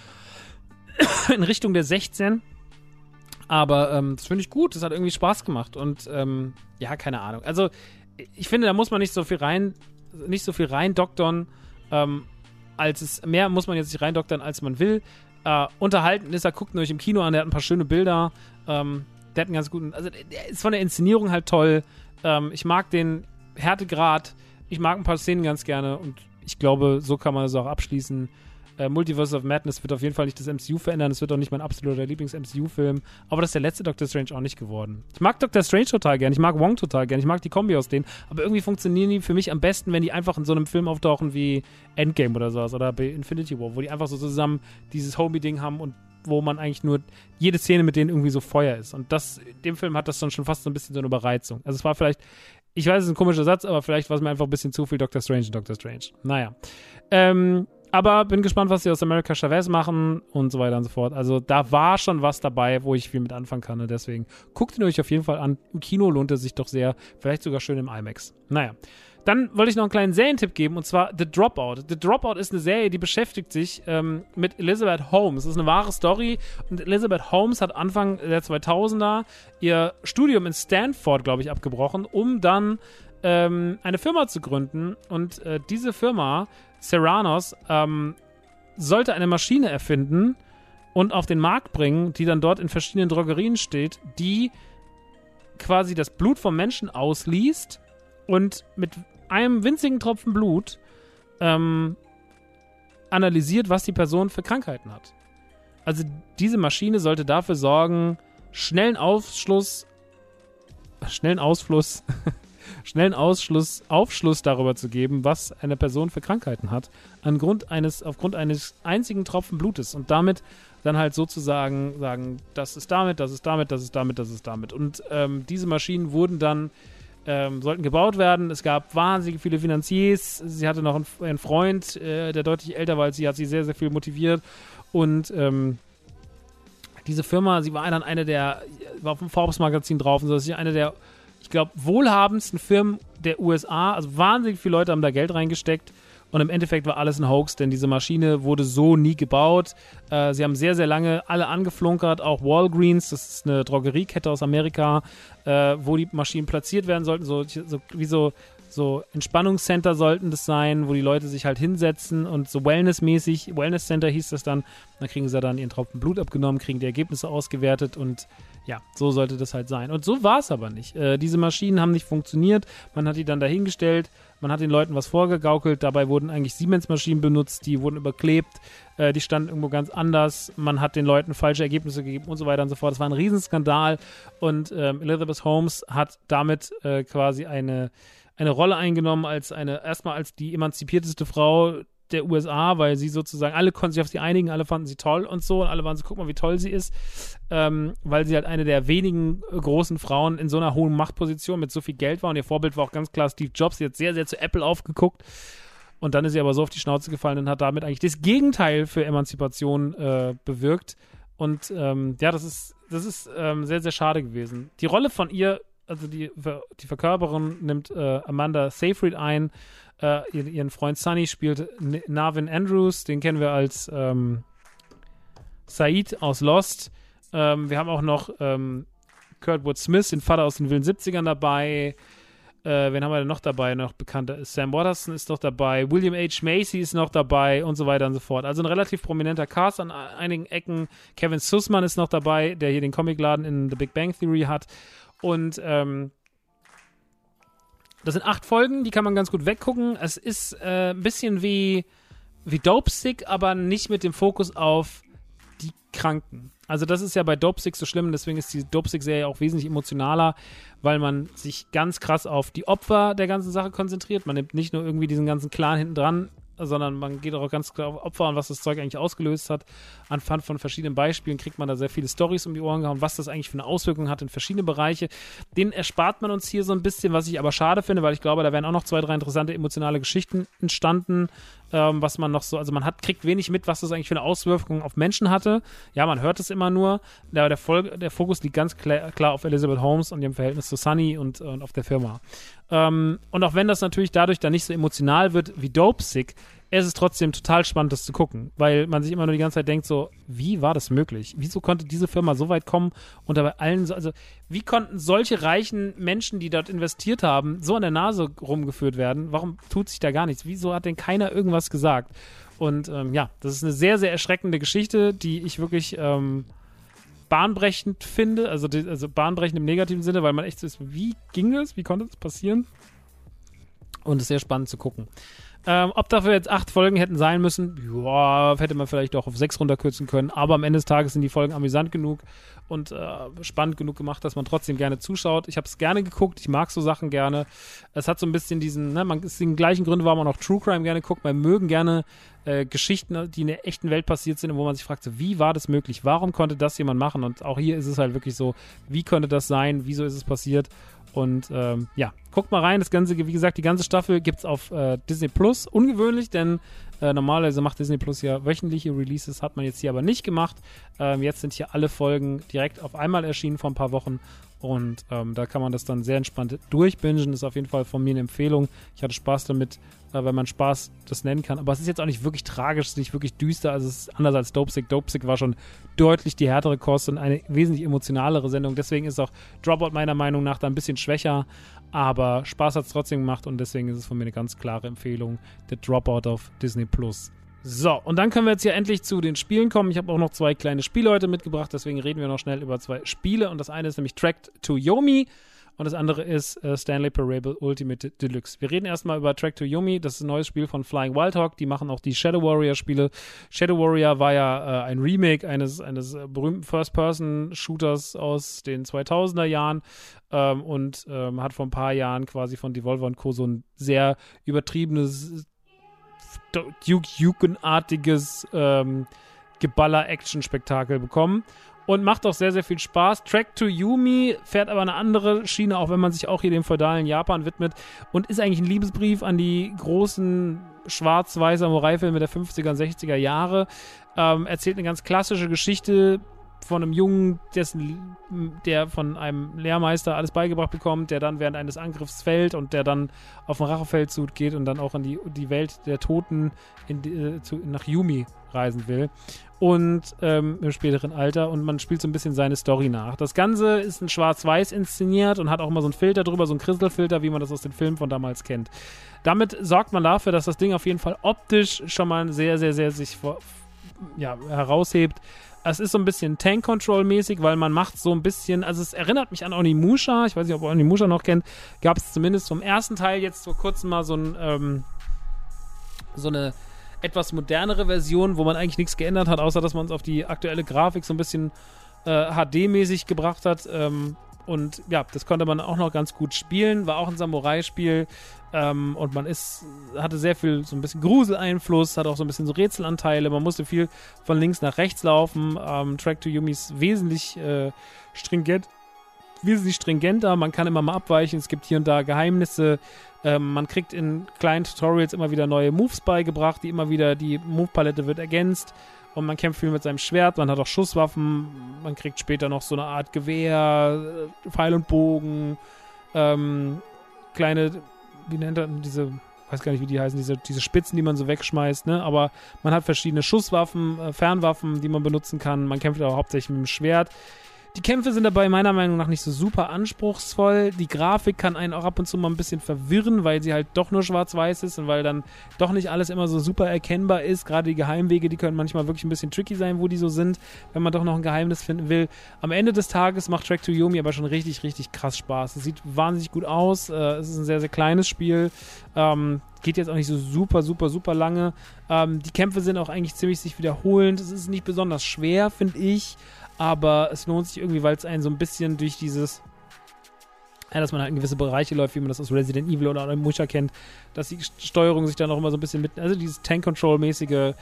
in Richtung der 16. Aber das finde ich gut, das hat irgendwie Spaß gemacht und ja, keine Ahnung. Also ich finde, da muss man nicht so viel reindoktern, mehr muss man jetzt nicht reindoktern, als man will. Unterhalten ist er, guckt ihn euch im Kino an, der hat ein paar schöne Bilder, der hat einen ganz guten, also der ist von der Inszenierung halt toll. Ich mag den Härtegrad ich mag ein paar Szenen ganz gerne und ich glaube, so kann man es auch abschließen. Multiverse of Madness wird auf jeden Fall nicht das MCU verändern. Es wird auch nicht mein absoluter Lieblings-MCU-Film. Aber das ist der letzte Doctor Strange auch nicht geworden. Ich mag Doctor Strange total gern. Ich mag Wong total gern. Ich mag die Kombi aus denen. Aber irgendwie funktionieren die für mich am besten, wenn die einfach in so einem Film auftauchen wie Endgame oder sowas. Oder bei Infinity War, wo die einfach so zusammen dieses Homie-Ding haben und wo man eigentlich nur jede Szene mit denen irgendwie so Feuer ist. Und dem Film hat das dann schon fast so ein bisschen so eine Überreizung. Also es war vielleicht, ich weiß, es ist ein komischer Satz, aber vielleicht war es mir einfach ein bisschen zu viel Doctor Strange und Doctor Strange. Naja. Aber bin gespannt, was sie aus America Chavez machen und so weiter und so fort. Also da war schon was dabei, wo ich viel mit anfangen kann. Und deswegen guckt ihn euch auf jeden Fall an. Im Kino lohnt es sich doch sehr. Vielleicht sogar schön im IMAX. Naja. Dann wollte ich noch einen kleinen Serientipp geben, und zwar The Dropout. The Dropout ist eine Serie, die beschäftigt sich mit Elizabeth Holmes. Das ist eine wahre Story. Und Elizabeth Holmes hat Anfang der 2000er ihr Studium in Stanford, glaube ich, abgebrochen, um dann eine Firma zu gründen. Und diese Firma, Serranos, sollte eine Maschine erfinden und auf den Markt bringen, die dann dort in verschiedenen Drogerien steht, die quasi das Blut vom Menschen ausliest und mit einem winzigen Tropfen Blut analysiert, was die Person für Krankheiten hat. Also diese Maschine sollte dafür sorgen, schnellen Aufschluss darüber zu geben, was eine Person für Krankheiten hat, aufgrund eines einzigen Tropfen Blutes, und damit dann halt sozusagen sagen, das ist damit, das ist damit, das ist damit, das ist damit. Und diese Maschinen sollten gebaut werden. Es gab wahnsinnig viele Finanziers. Sie hatte noch einen Freund, der deutlich älter war als sie, hat sie sehr, sehr viel motiviert. Und diese Firma, sie war dann war auf dem Forbes-Magazin drauf und so, das ist eine der, ich glaube, wohlhabendsten Firmen der USA. Also wahnsinnig viele Leute haben da Geld reingesteckt. Und im Endeffekt war alles ein Hoax, denn diese Maschine wurde so nie gebaut. Sie haben sehr, sehr lange alle angeflunkert, auch Walgreens, das ist eine Drogeriekette aus Amerika, wo die Maschinen platziert werden sollten, so Entspannungscenter sollten das sein, wo die Leute sich halt hinsetzen und so Wellness-mäßig, Wellness-Center hieß das dann kriegen sie dann ihren Tropfen Blut abgenommen, kriegen die Ergebnisse ausgewertet und ja, so sollte das halt sein. Und so war es aber nicht. Diese Maschinen haben nicht funktioniert, man hat die dann dahingestellt, man hat den Leuten was vorgegaukelt, dabei wurden eigentlich Siemens-Maschinen benutzt, die wurden überklebt, die standen irgendwo ganz anders, man hat den Leuten falsche Ergebnisse gegeben und so weiter und so fort. Das war ein Riesenskandal und Elizabeth Holmes hat damit quasi eine Rolle eingenommen erstmal als die emanzipierteste Frau der USA, weil sie sozusagen, alle konnten sich auf sie einigen, alle fanden sie toll und so und alle waren so, guck mal, wie toll sie ist, weil sie halt eine der wenigen großen Frauen in so einer hohen Machtposition mit so viel Geld war und ihr Vorbild war auch ganz klar Steve Jobs. Sie hat sehr, sehr zu Apple aufgeguckt und dann ist sie aber so auf die Schnauze gefallen und hat damit eigentlich das Gegenteil für Emanzipation bewirkt und ja, das ist sehr, sehr schade gewesen. Die Rolle von ihr, also die Verkörperin nimmt Amanda Seyfried ein. Ihren Freund Sunny spielt Navin Andrews, den kennen wir als Said aus Lost. Wir haben auch noch Kurtwood Smith, den Vater aus den wilden 70ern dabei. Wen haben wir denn noch dabei? Noch bekannter Sam Waterston ist noch dabei. William H. Macy ist noch dabei und so weiter und so fort. Also ein relativ prominenter Cast an einigen Ecken. Kevin Sussman ist noch dabei, der hier den Comicladen in The Big Bang Theory hat. Und das sind 8 Folgen, die kann man ganz gut weggucken. Es ist ein bisschen wie Dopesick, aber nicht mit dem Fokus auf die Kranken. Also das ist ja bei Dopesick so schlimm, deswegen ist die Dopesick-Serie auch wesentlich emotionaler, weil man sich ganz krass auf die Opfer der ganzen Sache konzentriert. Man nimmt nicht nur irgendwie diesen ganzen Clan hinten dran, sondern man geht auch ganz klar auf Opfer und was das Zeug eigentlich ausgelöst hat. Anhand von verschiedenen Beispielen kriegt man da sehr viele Storys um die Ohren gehauen, was das eigentlich für eine Auswirkung hat in verschiedene Bereiche. Den erspart man uns hier so ein bisschen, was ich aber schade finde, weil ich glaube, da wären auch noch 2, 3 interessante emotionale Geschichten entstanden, was man noch so, also man kriegt wenig mit, was das eigentlich für eine Auswirkung auf Menschen hatte. Ja, man hört es immer nur, aber der Fokus liegt ganz klar auf Elizabeth Holmes und ihrem Verhältnis zu Sunny und auf der Firma. Und auch wenn das natürlich dadurch dann nicht so emotional wird wie Dopesick, es ist trotzdem total spannend, das zu gucken, weil man sich immer nur die ganze Zeit denkt so, wie war das möglich? Wieso konnte diese Firma so weit kommen und dabei also wie konnten solche reichen Menschen, die dort investiert haben, so an der Nase rumgeführt werden? Warum tut sich da gar nichts? Wieso hat denn keiner irgendwas gesagt? Und ja, das ist eine sehr, sehr erschreckende Geschichte, die ich wirklich bahnbrechend finde, also bahnbrechend im negativen Sinne, weil man echt so ist, wie ging das? Wie konnte das passieren? Und ist sehr spannend zu gucken. Ob dafür jetzt 8 Folgen hätten sein müssen, ja, hätte man vielleicht auch auf 6 runterkürzen können, aber am Ende des Tages sind die Folgen amüsant genug und spannend genug gemacht, dass man trotzdem gerne zuschaut. Ich habe es gerne geguckt, ich mag so Sachen gerne. Es hat so ein bisschen diesen, man ist den gleichen Gründen, warum man auch True Crime gerne guckt. Wir mögen gerne Geschichten, die in der echten Welt passiert sind und wo man sich fragt, so, wie war das möglich? Warum konnte das jemand machen? Und auch hier ist es halt wirklich so, wie könnte das sein? Wieso ist es passiert? Und guckt mal rein, das Ganze, wie gesagt, die ganze Staffel gibt's auf Disney Plus. Ungewöhnlich, denn normalerweise macht Disney Plus ja wöchentliche Releases, hat man jetzt hier aber nicht gemacht. Jetzt sind hier alle Folgen direkt auf einmal erschienen vor ein paar Wochen und da kann man das dann sehr entspannt durchbingen. Das ist auf jeden Fall von mir eine Empfehlung. Ich hatte Spaß damit, wenn man Spaß das nennen kann. Aber es ist jetzt auch nicht wirklich tragisch, es ist nicht wirklich düster. Also es ist anders als Dopesick. Dopesick war schon deutlich die härtere Kost und eine wesentlich emotionalere Sendung. Deswegen ist auch Dropout meiner Meinung nach da ein bisschen schwächer. Aber Spaß hat es trotzdem gemacht und deswegen ist es von mir eine ganz klare Empfehlung. The Dropout auf Disney Plus. So, und dann können wir jetzt hier endlich zu den Spielen kommen. Ich habe auch noch 2 kleine Spiele heute mitgebracht, deswegen reden wir noch schnell über 2 Spiele. Und das eine ist nämlich Track to Yomi und das andere ist Stanley Parable Ultimate Deluxe. Wir reden erstmal über Track to Yomi. Das ist ein neues Spiel von Flying Wild Hog. Die machen auch die Shadow Warrior Spiele. Shadow Warrior war ja ein Remake eines berühmten First-Person-Shooters aus den 2000er Jahren und hat vor ein paar Jahren quasi von Devolver & Co. so ein sehr übertriebenes Duke Nukem-artiges Geballer-Action-Spektakel bekommen und macht auch sehr, sehr viel Spaß. Track to Yomi fährt aber eine andere Schiene, auch wenn man sich auch hier dem feudalen Japan widmet und ist eigentlich ein Liebesbrief an die großen schwarz-weiß Samurai-Filme der 50er und 60er Jahre. Erzählt eine ganz klassische Geschichte von einem Jungen, der von einem Lehrmeister alles beigebracht bekommt, der dann während eines Angriffs fällt und der dann auf einen Rachefeldzug geht und dann auch in die Welt der Toten nach Yumi reisen will. Und im späteren Alter. Und man spielt so ein bisschen seine Story nach. Das Ganze ist in Schwarz-Weiß inszeniert und hat auch mal so einen Filter drüber, so einen Crystal-Filter, wie man das aus den Filmen von damals kennt. Damit sorgt man dafür, dass das Ding auf jeden Fall optisch schon mal sehr, sehr, sehr sich heraushebt. Es ist so ein bisschen Tank-Control-mäßig, weil man macht so ein bisschen, also es erinnert mich an Onimusha, ich weiß nicht, ob ihr Onimusha noch kennt, gab es zumindest vom ersten Teil jetzt vor kurzem mal so eine etwas modernere Version, wo man eigentlich nichts geändert hat, außer dass man es auf die aktuelle Grafik so ein bisschen HD-mäßig gebracht hat. Und ja, das konnte man auch noch ganz gut spielen. War auch ein Samurai-Spiel. Und man hatte sehr viel, so ein bisschen Gruseleinfluss, hat auch so ein bisschen so Rätselanteile. Man musste viel von links nach rechts laufen. Track to Yomi ist wesentlich stringenter. Man kann immer mal abweichen. Es gibt hier und da Geheimnisse. Man kriegt in kleinen Tutorials immer wieder neue Moves beigebracht, die Move-Palette wird ergänzt. Und man kämpft viel mit seinem Schwert, man hat auch Schusswaffen, man kriegt später noch so eine Art Gewehr, Pfeil und Bogen, kleine, wie nennt er diese, weiß gar nicht, wie die heißen, diese Spitzen, die man so wegschmeißt, ne? Aber man hat verschiedene Schusswaffen, Fernwaffen, die man benutzen kann, man kämpft aber hauptsächlich mit dem Schwert. Die Kämpfe sind dabei meiner Meinung nach nicht so super anspruchsvoll. Die Grafik kann einen auch ab und zu mal ein bisschen verwirren, weil sie halt doch nur schwarz-weiß ist und weil dann doch nicht alles immer so super erkennbar ist. Gerade die Geheimwege, die können manchmal wirklich ein bisschen tricky sein, wo die so sind, wenn man doch noch ein Geheimnis finden will. Am Ende des Tages macht Track to Yomi aber schon richtig, richtig krass Spaß. Es sieht wahnsinnig gut aus. Es ist ein sehr, sehr kleines Spiel. Geht jetzt auch nicht so super, super, super lange. Die Kämpfe sind auch eigentlich ziemlich sich wiederholend. Es ist nicht besonders schwer, finde ich. Aber es lohnt sich irgendwie, weil es einen so ein bisschen durch dieses, dass man halt in gewisse Bereiche läuft, wie man das aus Resident Evil oder Onimusha kennt, dass die Steuerung sich dann auch immer so ein bisschen also dieses Tank-Control-mäßige,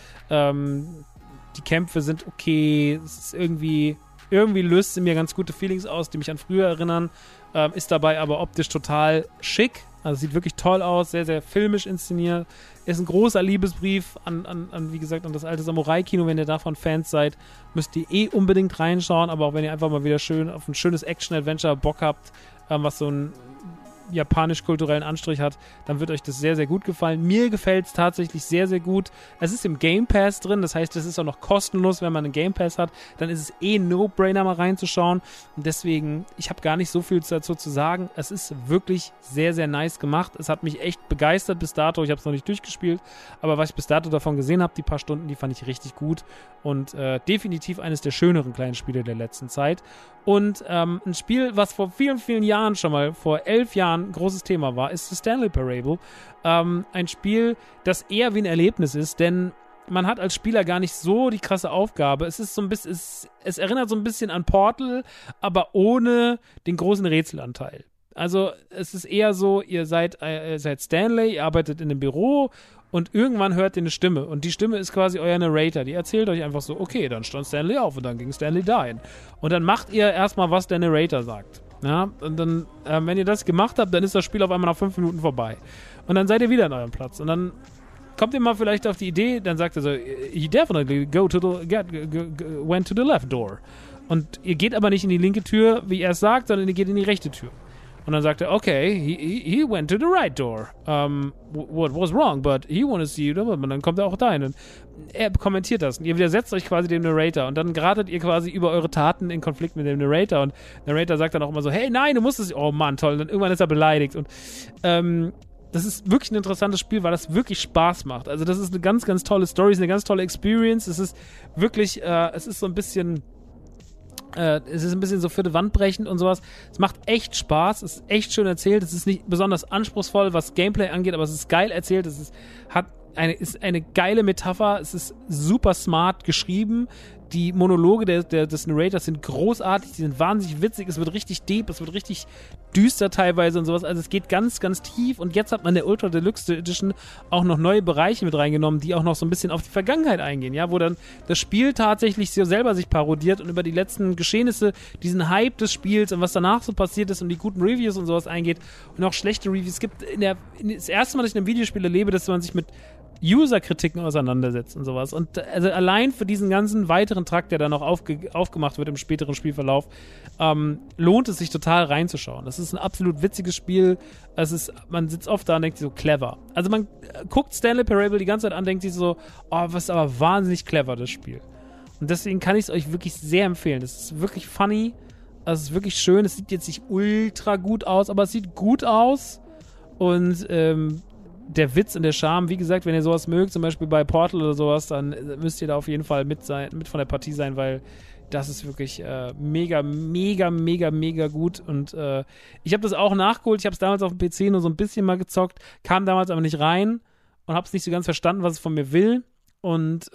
die Kämpfe sind okay, es ist irgendwie löst es mir ganz gute Feelings aus, die mich an früher erinnern, ist dabei aber optisch total schick, also sieht wirklich toll aus, sehr, sehr filmisch inszeniert, ist ein großer Liebesbrief an wie gesagt, an das alte Samurai-Kino. Wenn ihr davon Fans seid, müsst ihr unbedingt reinschauen, aber auch wenn ihr einfach mal wieder schön auf ein schönes Action-Adventure Bock habt, was so einen japanisch-kulturellen Anstrich hat, dann wird euch das sehr, sehr gut gefallen. Mir gefällt es tatsächlich sehr, sehr gut. Es ist im Game Pass drin, das heißt, es ist auch noch kostenlos, wenn man einen Game Pass hat. Dann ist es ein No-Brainer, mal reinzuschauen. Und deswegen, ich habe gar nicht so viel dazu zu sagen. Es ist wirklich sehr, sehr nice gemacht. Es hat mich echt begeistert bis dato. Ich habe es noch nicht durchgespielt, aber was ich bis dato davon gesehen habe, die paar Stunden, die fand ich richtig gut. Und definitiv eines der schöneren kleinen Spiele der letzten Zeit. Und ein Spiel, was vor vielen, vielen Jahren schon mal, vor 11 Jahren Jahren ein großes Thema war, ist The Stanley Parable. Ein Spiel, das eher wie ein Erlebnis ist, denn man hat als Spieler gar nicht so die krasse Aufgabe. Es ist so ein bisschen, es erinnert so ein bisschen an Portal, aber ohne den großen Rätselanteil. Also es ist eher so, ihr seid Stanley, ihr arbeitet in einem Büro und irgendwann hört ihr eine Stimme und die Stimme ist quasi euer Narrator. Die erzählt euch einfach so, okay, dann stand Stanley auf und dann ging Stanley dahin. Und dann macht ihr erstmal, was der Narrator sagt. Ja, und dann, wenn ihr das gemacht habt, dann ist das Spiel auf einmal nach 5 Minuten vorbei. Und dann seid ihr wieder an eurem Platz. Und dann kommt ihr mal vielleicht auf die Idee, dann sagt er so, he definitely went to the left door. Und ihr geht aber nicht in die linke Tür, wie er es sagt, sondern ihr geht in die rechte Tür. Und dann sagt er, okay, he went to the right door. What was wrong, but he wanted to see you. Und dann kommt er auch dahin. Und er kommentiert das. Und ihr widersetzt euch quasi dem Narrator. Und dann geratet ihr quasi über eure Taten in Konflikt mit dem Narrator. Und der Narrator sagt dann auch immer so, hey, nein, du musst es. Oh Mann, toll. Und dann irgendwann ist er beleidigt. Und das ist wirklich ein interessantes Spiel, weil das wirklich Spaß macht. Also das ist eine ganz, ganz tolle Story, ist eine ganz tolle Experience. Es ist wirklich, es ist so ein bisschen... es ist ein bisschen so für die Wand brechend und sowas. Es macht echt Spaß, es ist echt schön erzählt, es ist nicht besonders anspruchsvoll, was Gameplay angeht, aber es ist geil erzählt, ist eine geile Metapher, es ist super smart geschrieben, die Monologe des Narrators sind großartig, die sind wahnsinnig witzig, es wird richtig deep, es wird richtig düster teilweise und sowas, also es geht ganz, ganz tief und jetzt hat man in der Ultra Deluxe Edition auch noch neue Bereiche mit reingenommen, die auch noch so ein bisschen auf die Vergangenheit eingehen, ja, wo dann das Spiel tatsächlich so selber sich parodiert und über die letzten Geschehnisse, diesen Hype des Spiels und was danach so passiert ist und die guten Reviews und sowas eingeht und auch schlechte Reviews. Es gibt das erste Mal, dass ich in einem Videospiel erlebe, dass man sich mit User-Kritiken auseinandersetzt und sowas. Und also allein für diesen ganzen weiteren Trakt, der dann noch aufgemacht wird im späteren Spielverlauf, lohnt es sich total reinzuschauen. Das ist ein absolut witziges Spiel. Man sitzt oft da und denkt sich so, clever. Also man guckt Stanley Parable die ganze Zeit an und denkt sich so, oh, was ist aber wahnsinnig clever, das Spiel. Und deswegen kann ich es euch wirklich sehr empfehlen. Das ist wirklich funny. Es ist wirklich schön. Es sieht jetzt nicht ultra gut aus, aber es sieht gut aus. Und der Witz und der Charme, wie gesagt, wenn ihr sowas mögt, zum Beispiel bei Portal oder sowas, dann müsst ihr da auf jeden Fall mit von der Partie sein, weil das ist wirklich mega, mega, mega, mega gut. Und ich habe das auch nachgeholt. Ich habe es damals auf dem PC nur so ein bisschen mal gezockt, kam damals aber nicht rein und habe es nicht so ganz verstanden, was es von mir will. Und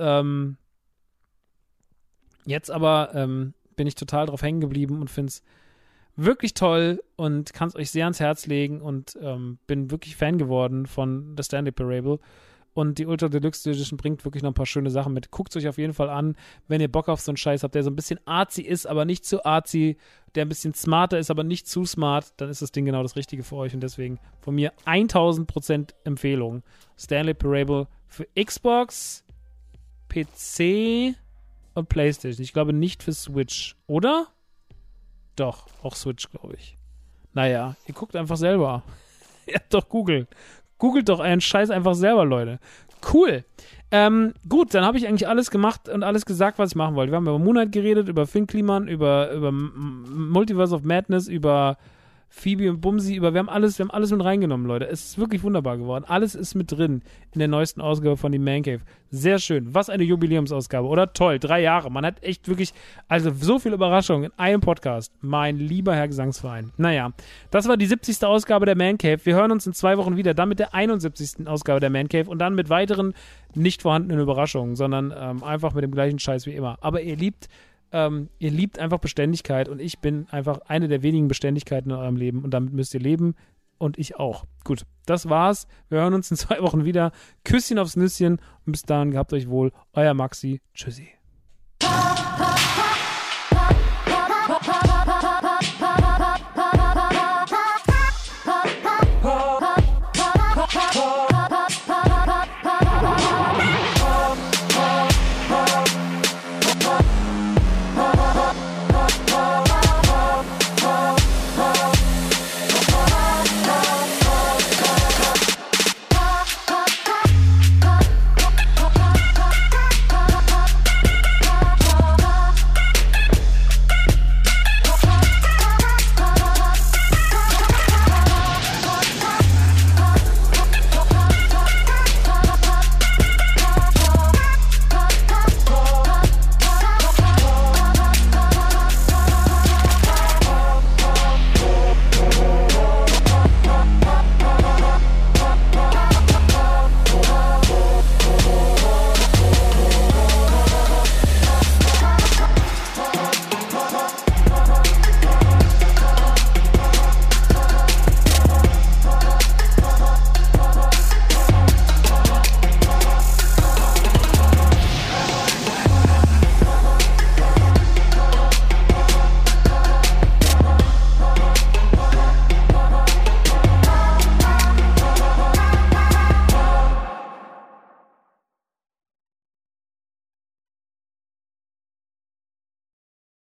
jetzt aber bin ich total drauf hängen geblieben und finde es wirklich toll und kann es euch sehr ans Herz legen und bin wirklich Fan geworden von The Stanley Parable. Und die Ultra Deluxe Edition bringt wirklich noch ein paar schöne Sachen mit. Guckt es euch auf jeden Fall an, wenn ihr Bock auf so einen Scheiß habt, der so ein bisschen artsy ist, aber nicht zu artsy, der ein bisschen smarter ist, aber nicht zu smart, dann ist das Ding genau das Richtige für euch. Und deswegen von mir 1000% Empfehlung. Stanley Parable für Xbox, PC und PlayStation. Ich glaube nicht für Switch, oder? Doch, auch Switch, glaube ich. Naja, ihr guckt einfach selber. Ihr habt doch Google. Googelt doch euren Scheiß einfach selber, Leute. Cool. Gut, dann habe ich eigentlich alles gemacht und alles gesagt, was ich machen wollte. Wir haben über Moonlight geredet, über Finn Kliman, über Multiverse of Madness, über Phoebe und Bumsi, wir haben alles mit reingenommen, Leute. Es ist wirklich wunderbar geworden. Alles ist mit drin in der neuesten Ausgabe von The Man Cave. Sehr schön. Was eine Jubiläumsausgabe, oder? Toll, 3 Jahre. Man hat echt wirklich, also so viel Überraschung in einem Podcast. Mein lieber Herr Gesangsverein. Naja, das war die 70. Ausgabe der Man Cave. Wir hören uns in 2 Wochen wieder, dann mit der 71. Ausgabe der Man Cave und dann mit weiteren nicht vorhandenen Überraschungen, sondern einfach mit dem gleichen Scheiß wie immer. Aber ihr liebt einfach Beständigkeit und ich bin einfach eine der wenigen Beständigkeiten in eurem Leben und damit müsst ihr leben und ich auch. Gut, das war's. Wir hören uns in 2 Wochen wieder. Küsschen aufs Nüsschen und bis dahin, gehabt euch wohl. Euer Maxi. Tschüssi.